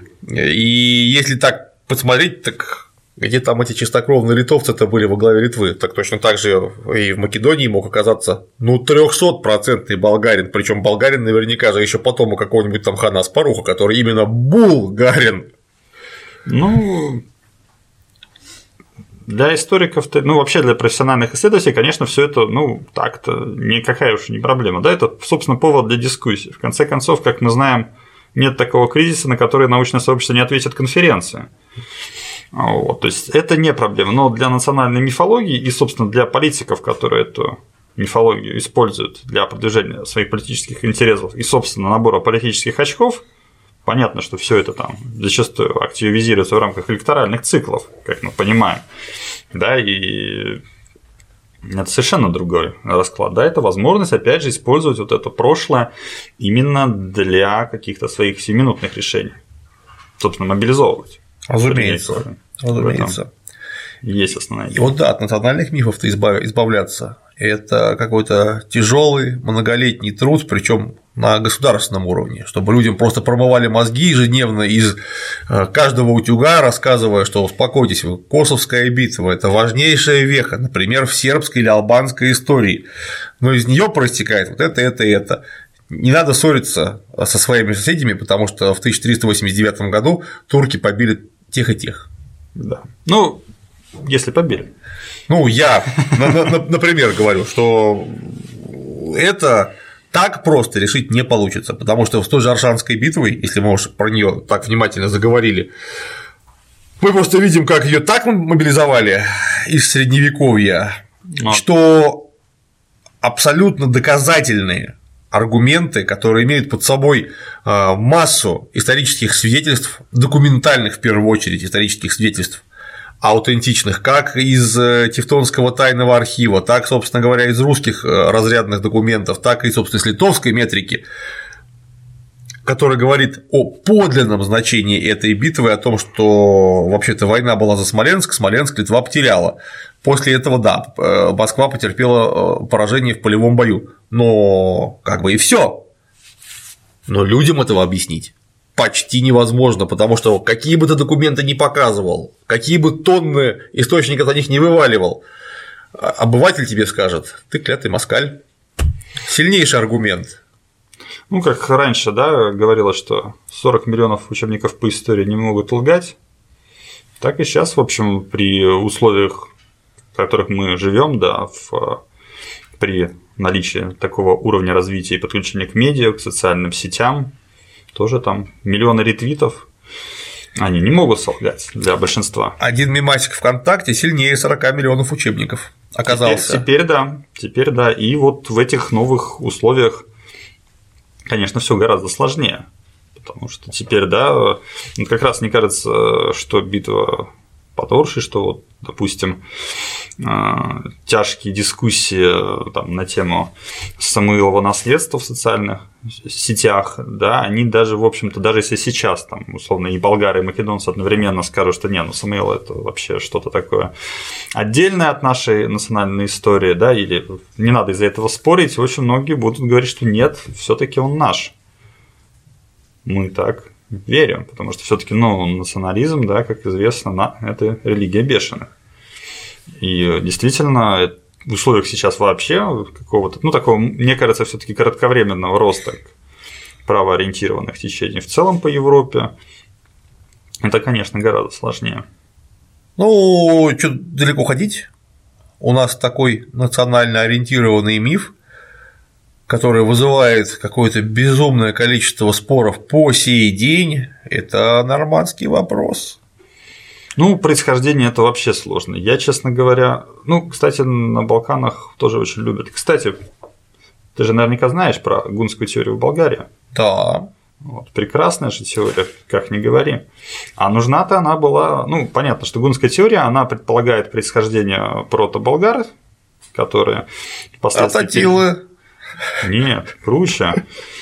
И если так посмотреть, так где там эти чистокровные литовцы-то были во главе Литвы, так точно так же и в Македонии мог оказаться 300% болгарин, причем болгарин наверняка же еще потом у какого-нибудь там хана Аспаруха, который именно булгарин. Ну, Для историков, вообще для профессиональных исследователей, конечно, все это, так-то никакая уж не проблема. Да, это, собственно, повод для дискуссии. В конце концов, как мы знаем, нет такого кризиса, на который научное сообщество не ответит конференции. Вот, то есть это не проблема. Но для национальной мифологии и, собственно, для политиков, которые эту мифологию используют для продвижения своих политических интересов и, собственно, набора политических очков, понятно, что все это там зачастую активизируется в рамках электоральных циклов, как мы понимаем, да, и это совершенно другой расклад, да, это возможность, опять же, использовать вот это прошлое именно для каких-то своих сиюминутных решений, собственно, мобилизовывать. Разумеется. Есть основная идея. И вот да, от национальных мифов-то избавляться – это какой-то тяжелый многолетний труд, причем на государственном уровне, чтобы людям просто промывали мозги ежедневно из каждого утюга, рассказывая, что успокойтесь, вы, Косовская битва – это важнейшая веха, например, в сербской или албанской истории, но из нее проистекает вот это и это. Не надо ссориться со своими соседями, потому что в 1389 году турки побили тех и тех. Да. Если побили. Я, например, говорю, что это так просто решить не получится, потому что с той же Оршанской битвой, если мы уж про нее так внимательно заговорили, мы просто видим, как ее так мобилизовали из Средневековья, что абсолютно доказательные аргументы, которые имеют под собой массу исторических свидетельств, документальных в первую очередь исторических свидетельств, аутентичных, как из Тевтонского тайного архива, так, собственно говоря, из русских разрядных документов, так и, собственно, из литовской метрики, которая говорит о подлинном значении этой битвы, о том, что вообще-то война была за Смоленск, Смоленск Литва потеряла. После этого, да, Москва потерпела поражение в полевом бою, но как бы и все. Но людям этого объяснить почти невозможно, потому что какие бы ты документы ни показывал, какие бы тонны источников о них не вываливал, обыватель тебе скажет: ты клятый москаль. Сильнейший аргумент. Как раньше, да, говорилось, что 40 миллионов учебников по истории не могут лгать, так и сейчас, в общем, при условиях, в которых мы живем, да, при наличии такого уровня развития и подключения к медиа, к социальным сетям, тоже там миллионы ретвитов, они не могут солгать для большинства. Один мемасик ВКонтакте сильнее 40 миллионов учебников оказался. Теперь да. И вот в этих новых условиях, конечно, все гораздо сложнее. Потому что теперь, да, как раз мне кажется, что битва под Оршей, что вот, допустим, тяжкие дискуссии там, на тему Самуилова наследства в социальных сетях, да, они даже, в общем-то, даже если сейчас, там, условно, и болгары, и македонцы одновременно скажут, что Самуил – это вообще что-то такое отдельное от нашей национальной истории, да, или не надо из-за этого спорить, очень многие будут говорить, что нет, все-таки он наш. Мы так верим, потому что все-таки национализм, да, как известно, это религия бешеных. И действительно, в условиях сейчас вообще какого-то, такого, мне кажется, все-таки кратковременного роста правоориентированных течений в целом по Европе, это, конечно, гораздо сложнее. Что далеко ходить? У нас такой национально ориентированный миф, который вызывает какое-то безумное количество споров по сей день, это нормандский вопрос. Происхождение – это вообще сложно. Я, честно говоря, кстати, на Балканах тоже очень любят. Кстати, ты же наверняка знаешь про гунскую теорию в Болгарии. Да. Вот, прекрасная же теория, как ни говори. А нужна-то она была, понятно, что гунская теория, она предполагает происхождение прото-болгар, которые впоследствии… От Аттилы. Нет, круче.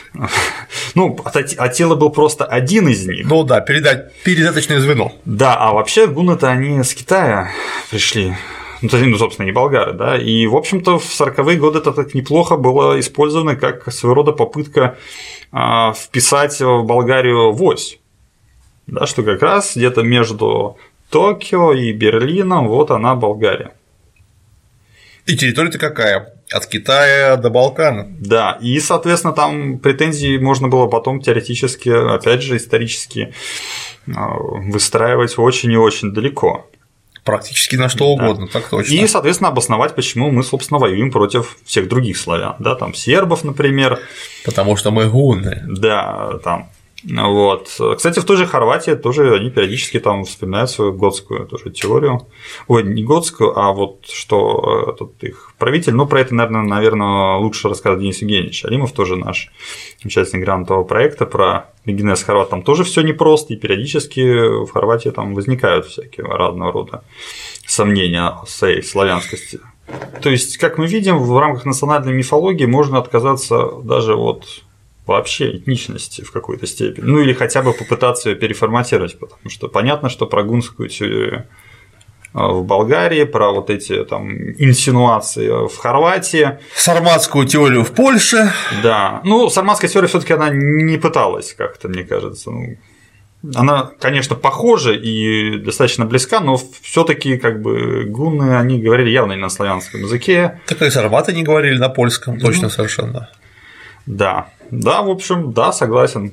Аттила был просто один из них. Да, передаточное звено. Да, а вообще гунны-то они с Китая пришли. Собственно, не болгары, да. И, в общем-то, в 40-е годы это так неплохо было использовано как своего рода попытка вписать в Болгарию вось. Да, что как раз где-то между Токио и Берлином, вот она, Болгария. И территория-то какая? От Китая до Балкана. Да, и, соответственно, там претензии можно было потом теоретически, опять же, исторически выстраивать очень и очень далеко. Практически на что угодно, так точно. И, соответственно, обосновать, почему мы, собственно, воюем против всех других славян, да, там сербов, например. Потому что мы гунны. Да, там. Вот. Кстати, в той же Хорватии тоже они периодически там вспоминают свою готскую тоже теорию. Ой, не готскую, а вот что тут их правитель. Ну, про это, наверное, лучше рассказать Денис Евгеньевич Алимов, тоже наш участник грантового проекта про генез хорват. Там тоже все непросто, и периодически в Хорватии там возникают всякие разного рода сомнения о своей славянскости. То есть, как мы видим, в рамках национальной мифологии можно отказаться даже от вообще этничности в какой-то степени. Ну или хотя бы попытаться ее переформатировать, потому что понятно, что про гунскую теорию в Болгарии, про вот эти там инсинуации в Хорватии. Сарматскую теорию в Польше. Да. Ну, сарматская теория все-таки она не пыталась как-то, мне кажется. Ну, она, конечно, похожа и достаточно близка, но все-таки как бы гунны, они говорили явно не на славянском языке. Так и сарматы не говорили на польском, точно совершенно. Да, да, в общем, да, согласен.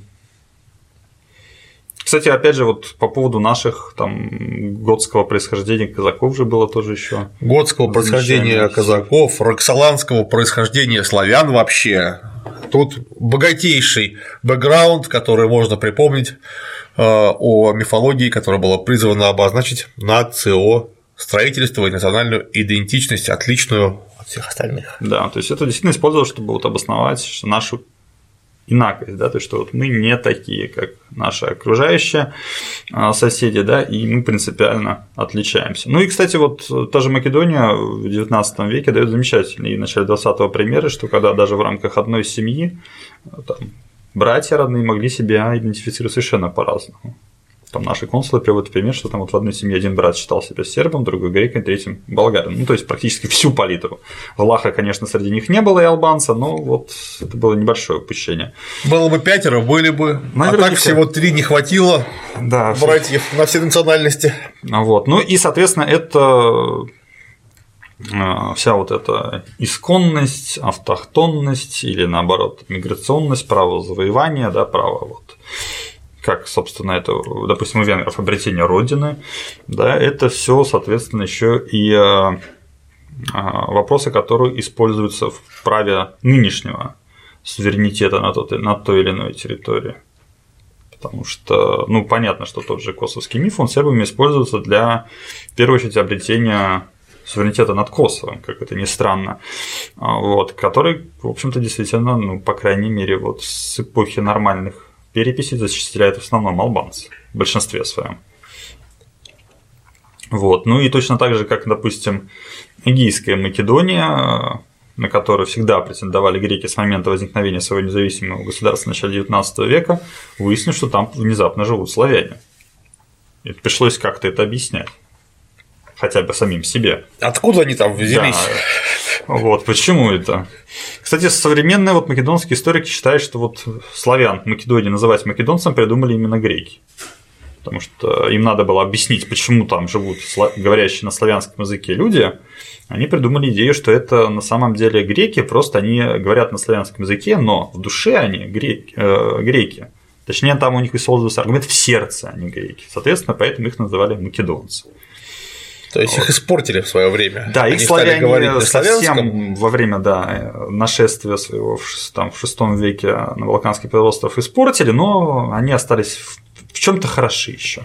Кстати, опять же, вот по поводу наших там готского происхождения казаков же было тоже еще. Готского происхождения казаков, роксоланского происхождения славян вообще. Тут богатейший бэкграунд, который можно припомнить о мифологии, которая была призвана обозначить нацио, строительство и национальную идентичность, отличную от всех остальных. Да, то есть это действительно использовалось, чтобы вот обосновать нашу инакость, да, то есть что вот мы не такие, как наши окружающие соседи, да, и мы принципиально отличаемся. Ну и, кстати, вот та же Македония в XIX веке дает замечательные в начале 20-го примеры, что когда даже в рамках одной семьи там, братья родные могли себя идентифицировать совершенно по-разному. Там наши консулы приводят пример, что там вот в одной семье один брат считал себя сербом, другой греком, третьим болгаром. Ну, то есть практически всю палитру. Влаха, конечно, среди них не было и албанца, но вот это было небольшое упущение. Было бы 5, были бы, наверное, а так всего 3 не хватило, да, братьев на все национальности. Вот. Ну и, соответственно, это вся вот эта исконность, автохтонность или, наоборот, миграционность, право завоевания, да, право вот. Как, собственно, это, допустим, у венгров обретение родины, да, это все, соответственно, еще и вопросы, которые используются в праве нынешнего суверенитета на той или иной территории. Потому что, ну, понятно, что тот же косовский миф, он сербами используется для, в первую очередь, обретения суверенитета над Косовом, как это ни странно, вот, который, в общем-то, действительно, ну, по крайней мере, вот с эпохи нормальных переписи зачисляют в основном албанцы, в большинстве своем. Вот. Ну и точно так же, как, допустим, Эгейская Македония, на которую всегда претендовали греки с момента возникновения своего независимого государства в начале XIX века, выяснилось, что там внезапно живут славяне. И пришлось как-то это объяснять. Хотя бы самим себе. Откуда они там взялись? Да. Вот почему это. Кстати, современные вот македонские историки считают, что вот славян Македонии называть македонцем придумали именно греки. Потому что им надо было объяснить, почему там живут говорящие на славянском языке люди. Они придумали идею, что это на самом деле греки, просто они говорят на славянском языке, но в душе они греки. Точнее, там у них использовался аргумент в сердце, они греки. Соответственно, поэтому их называли македонцы. То есть их испортили в свое время. Да, их славяне совсем во время нашествия своего в VI веке на Балканский полуостров испортили, но они остались в чем-то хороши еще.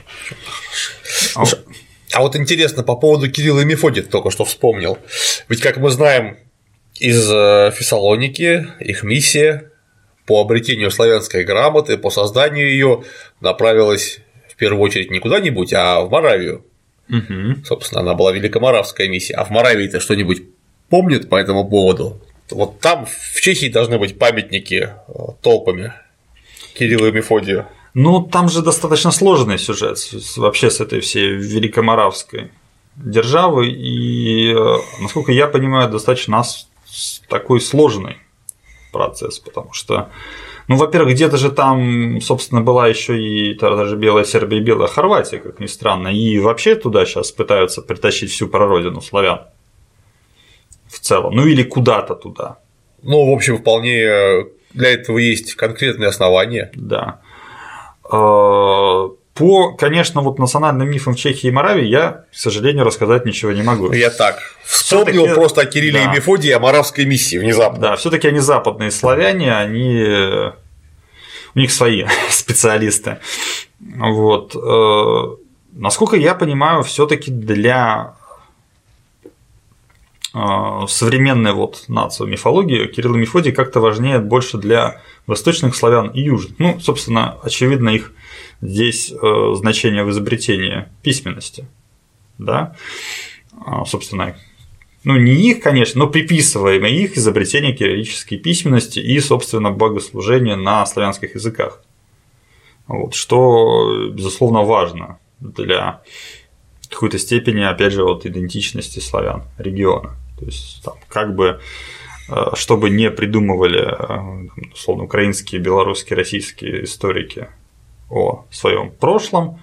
А вот интересно, по поводу Кирилла и Мефодия только что вспомнил. Ведь, как мы знаем, из Фессалоники их миссия по обретению славянской грамоты, по созданию ее направилась в первую очередь не куда-нибудь, а в Моравию. Угу. Собственно, она была великоморавская миссия. А в Моравии-то что-нибудь помнят по этому поводу? Вот там, в Чехии, должны быть памятники толпами Кириллу и Мефодию. Ну, там же достаточно сложный сюжет вообще с этой всей великоморавской державой. И, насколько я понимаю, достаточно такой сложный процесс, потому что. Ну, во-первых, где-то же там, собственно, была еще и даже Белая Сербия и Белая Хорватия, как ни странно, и вообще туда сейчас пытаются притащить всю прародину славян в целом, ну или куда-то туда. Ну, в общем, вполне для этого есть конкретные основания. Да. Конечно, вот национальным мифам Чехии и Моравии я, к сожалению, рассказать ничего не могу. Я так вспомнил просто о Кирилле и Мефодии, о моравской миссии внезапно. Да, все-таки они западные славяне, у них свои специалисты. Вот. Насколько я понимаю, все-таки для современной вот нации мифологии Кирилл и Мефодий как-то важнее больше для восточных славян и южных. Ну, собственно, очевидно, их здесь значение в изобретении письменности. Да? Собственно, не их, конечно, но приписываемое их изобретение кириллической письменности и, собственно, богослужение на славянских языках. Вот, что, безусловно, важно для какой-то степени, опять же, вот, идентичности славян региона. То есть, там, как бы, чтобы не придумывали, условно, украинские, белорусские, российские историки о своем прошлом,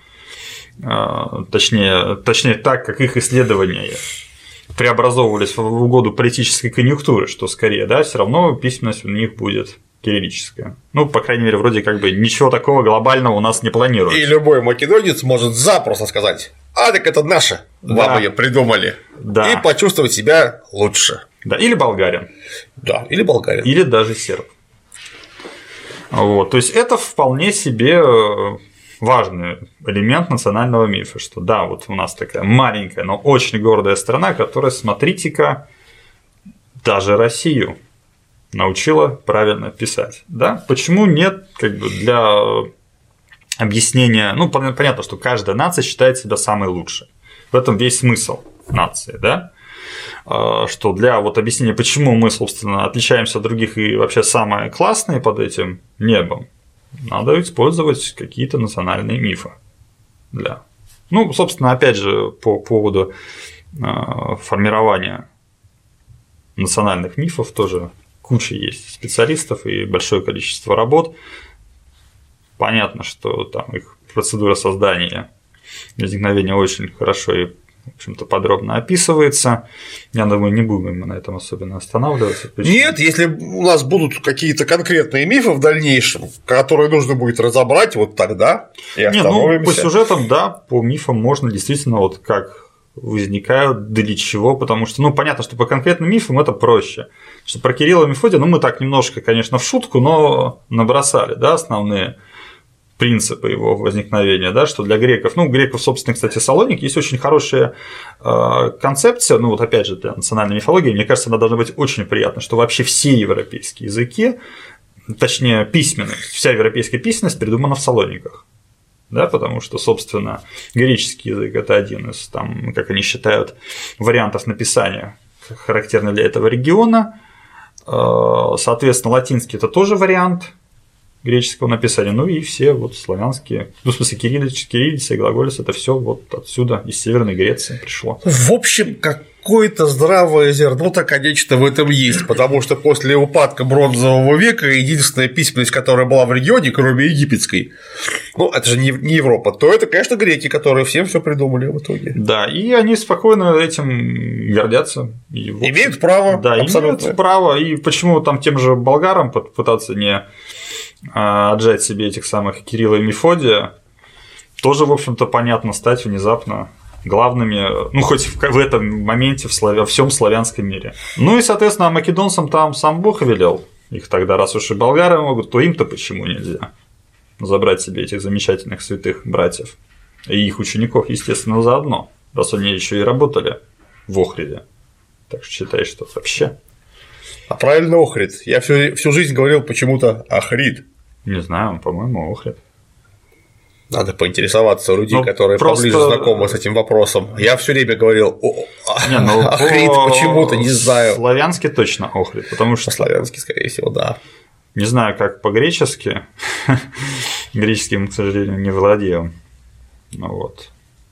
точнее так, как их исследования преобразовывались в угоду политической конъюнктуры, что скорее, да, все равно письменность у них будет кириллическая. Ну, по крайней мере, вроде как бы ничего такого глобального у нас не планируется. И любой македонец может запросто сказать: а так это наше, вам ее придумали, да. И почувствовать себя лучше. Да, или болгарин. Да, или болгарин. Или даже серб. Вот, то есть это вполне себе важный элемент национального мифа, что да, вот у нас такая маленькая, но очень гордая страна, которая, смотрите-ка, даже Россию научила правильно писать. Да? Почему нет, как бы, для объяснения, понятно, что каждая нация считает себя самой лучшей. В этом весь смысл нации, да? Что для вот объяснения, почему мы, собственно, отличаемся от других и вообще самые классные под этим небом, надо использовать какие-то национальные мифы. Для. Собственно, опять же, по поводу формирования национальных мифов тоже куча есть специалистов и большое количество работ. Понятно, что там их процедура создания и возникновения очень хорошо и, в общем-то, подробно описывается. Я думаю, не будем мы на этом особенно останавливаться. Нет, если у нас будут какие-то конкретные мифы в дальнейшем, которые нужно будет разобрать, вот тогда и остановимся. По сюжетам, да, по мифам можно действительно вот как возникают, для чего, потому что, понятно, что по конкретным мифам это проще. Что про Кирилла и Мефодия, мы так немножко, конечно, в шутку, но набросали, да, основные принципы его возникновения, да, что для греков, греков, собственно, кстати, Салоник, есть очень хорошая концепция, вот опять же, для национальной мифологии, мне кажется, она должна быть очень приятна, что вообще все европейские языки, точнее, письменность, вся европейская письменность придумана в Салониках. Да, потому что, собственно, греческий язык – это один из, там, как они считают, вариантов написания, характерный для этого региона. Соответственно, латинский – это тоже вариант греческого написания, и все вот славянские, в смысле, кириллица и глаголица – это все вот отсюда, из Северной Греции пришло. В общем, какое-то здравое зерно-то, конечно, в этом есть, потому что после упадка бронзового века единственная письменность, которая была в регионе, кроме египетской, это же не Европа, то это, конечно, греки, которые всем все придумали в итоге. Да, и они спокойно этим гордятся. И, общем, имеют право, да, абсолютно. Имеют право, и почему там тем же болгарам пытаться не отжать себе этих самых Кирилла и Мефодия, тоже, в общем-то, понятно, стать внезапно главными, хоть в этом моменте во всем славянском мире. И, соответственно, македонцам там сам Бог велел. Их тогда, раз уж и болгары могут, то им-то почему нельзя забрать себе этих замечательных святых братьев и их учеников, естественно, заодно, раз они еще и работали в Охриде. Так что считай, что вообще. А правильно Охрид. Я всю жизнь говорил почему-то Ахрид. Не знаю, по-моему, Охрид. Надо поинтересоваться у людей, которые поближе знакомы с этим вопросом. Я все время говорил Ахрид почему-то, не знаю. Славянски точно Охрид, потому что. По-славянски, скорее всего, да. Не знаю, как по-гречески. Греческим, к сожалению, не владею. Вот.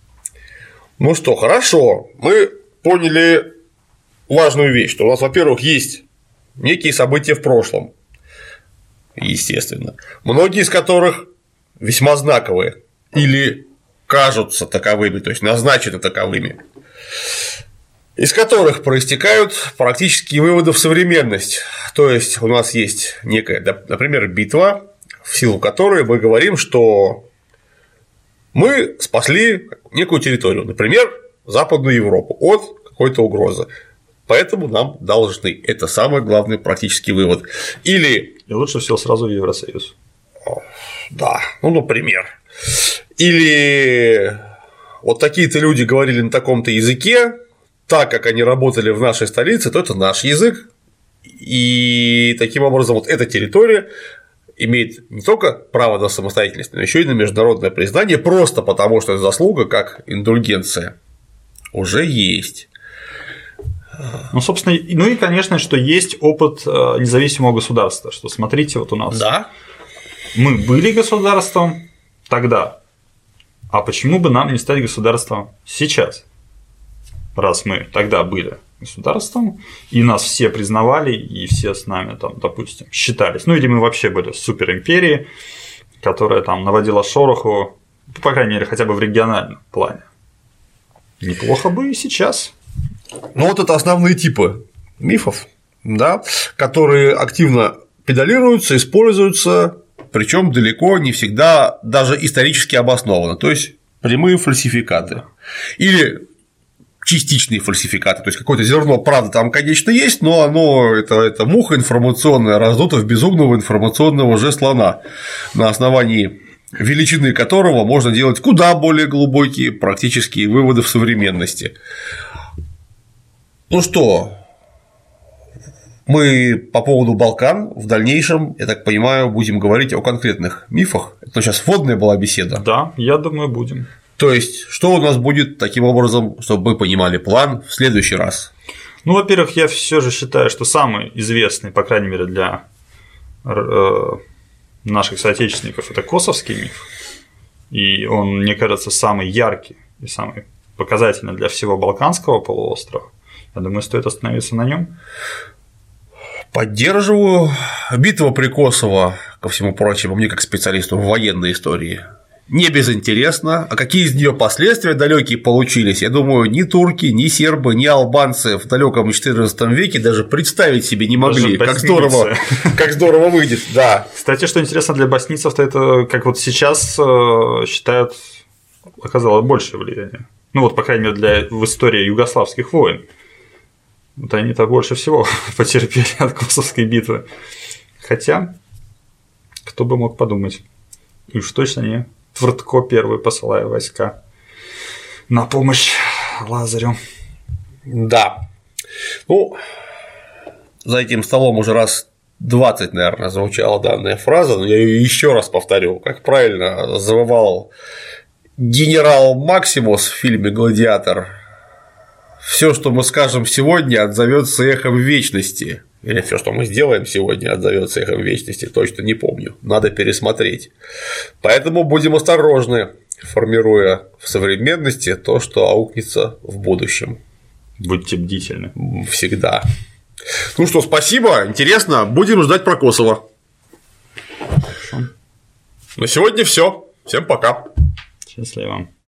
Ну что, хорошо. Мы поняли важную вещь, что у нас, во-первых, есть некие события в прошлом. Естественно. Многие из которых весьма знаковые или кажутся таковыми, то есть назначены таковыми, из которых проистекают практические выводы в современность. То есть у нас есть некая, например, битва, в силу которой мы говорим, что Мы спасли некую территорию, например, Западную Европу от какой-то угрозы. Поэтому нам должны. Это самый главный практический вывод. Или… И лучше всего сразу в Евросоюз. Да, ну, например. Или вот такие-то люди говорили на таком-то языке, так как они работали в нашей столице, то это наш язык. И таким образом вот эта территория имеет не только право на самостоятельность, но еще и на международное признание, просто потому что заслуга, как индульгенция, уже есть. Ну, собственно, ну и, конечно, что есть опыт независимого государства, что смотрите, вот у нас мы были государством тогда, а почему бы нам не стать государством сейчас, раз мы тогда были государством, и нас все признавали, и все с нами там, допустим, считались, ну или мы вообще были суперимперией, которая там наводила шороху, по крайней мере, хотя бы в региональном плане. Неплохо бы и сейчас. Ну, вот это основные типы мифов, да, которые активно педалируются, используются, причем далеко не всегда даже исторически обоснованно, то есть прямые фальсификаты или частичные фальсификаты, то есть какое-то зерно правды там, конечно, есть, но оно это муха информационная, раздута в безумного информационного же слона, на основании величины которого можно делать куда более глубокие практические выводы в современности. Ну что, мы по поводу Балкан в дальнейшем, я так понимаю, будем говорить о конкретных мифах. Это сейчас вводная была беседа. Да, я думаю, будем. То есть, что у нас будет таким образом, чтобы мы понимали план в следующий раз? Ну, во-первых, я все же считаю, что самый известный, по крайней мере, для наших соотечественников, это косовский миф. И он, мне кажется, самый яркий и самый показательный для всего Балканского полуострова. Я думаю, стоит остановиться на нем. Поддерживаю. Битва при Косово, ко всему прочему, мне как специалисту в военной истории не безинтересно. А какие из нее последствия далекие получились, я думаю, ни турки, ни сербы, ни албанцы в далеком XIV веке даже представить себе не могли. Как здорово выйдет, да. Кстати, что интересно для боснийцев-то, это как вот сейчас считают, оказало большее влияние. Ну вот, по крайней мере, в истории югославских войн. Вот они-то больше всего потерпели от Косовской битвы. Хотя, кто бы мог подумать. И уж точно не Твардко первый, посылая войска на помощь Лазарю. Да. Ну, за этим столом уже раз 20, наверное, звучала данная фраза, но я ее еще раз повторю, как правильно завывал генерал Максимус в фильме «Гладиатор». Все, что мы скажем сегодня, отзовется эхом вечности. Или все, что мы сделаем сегодня, отзовется эхом вечности, точно не помню. Надо пересмотреть. Поэтому будем осторожны, формируя в современности то, что аукнется в будущем. Будьте бдительны. Всегда. Ну что, спасибо. Интересно. Будем ждать про Косово. Хорошо. На сегодня все. Всем пока. Счастливо.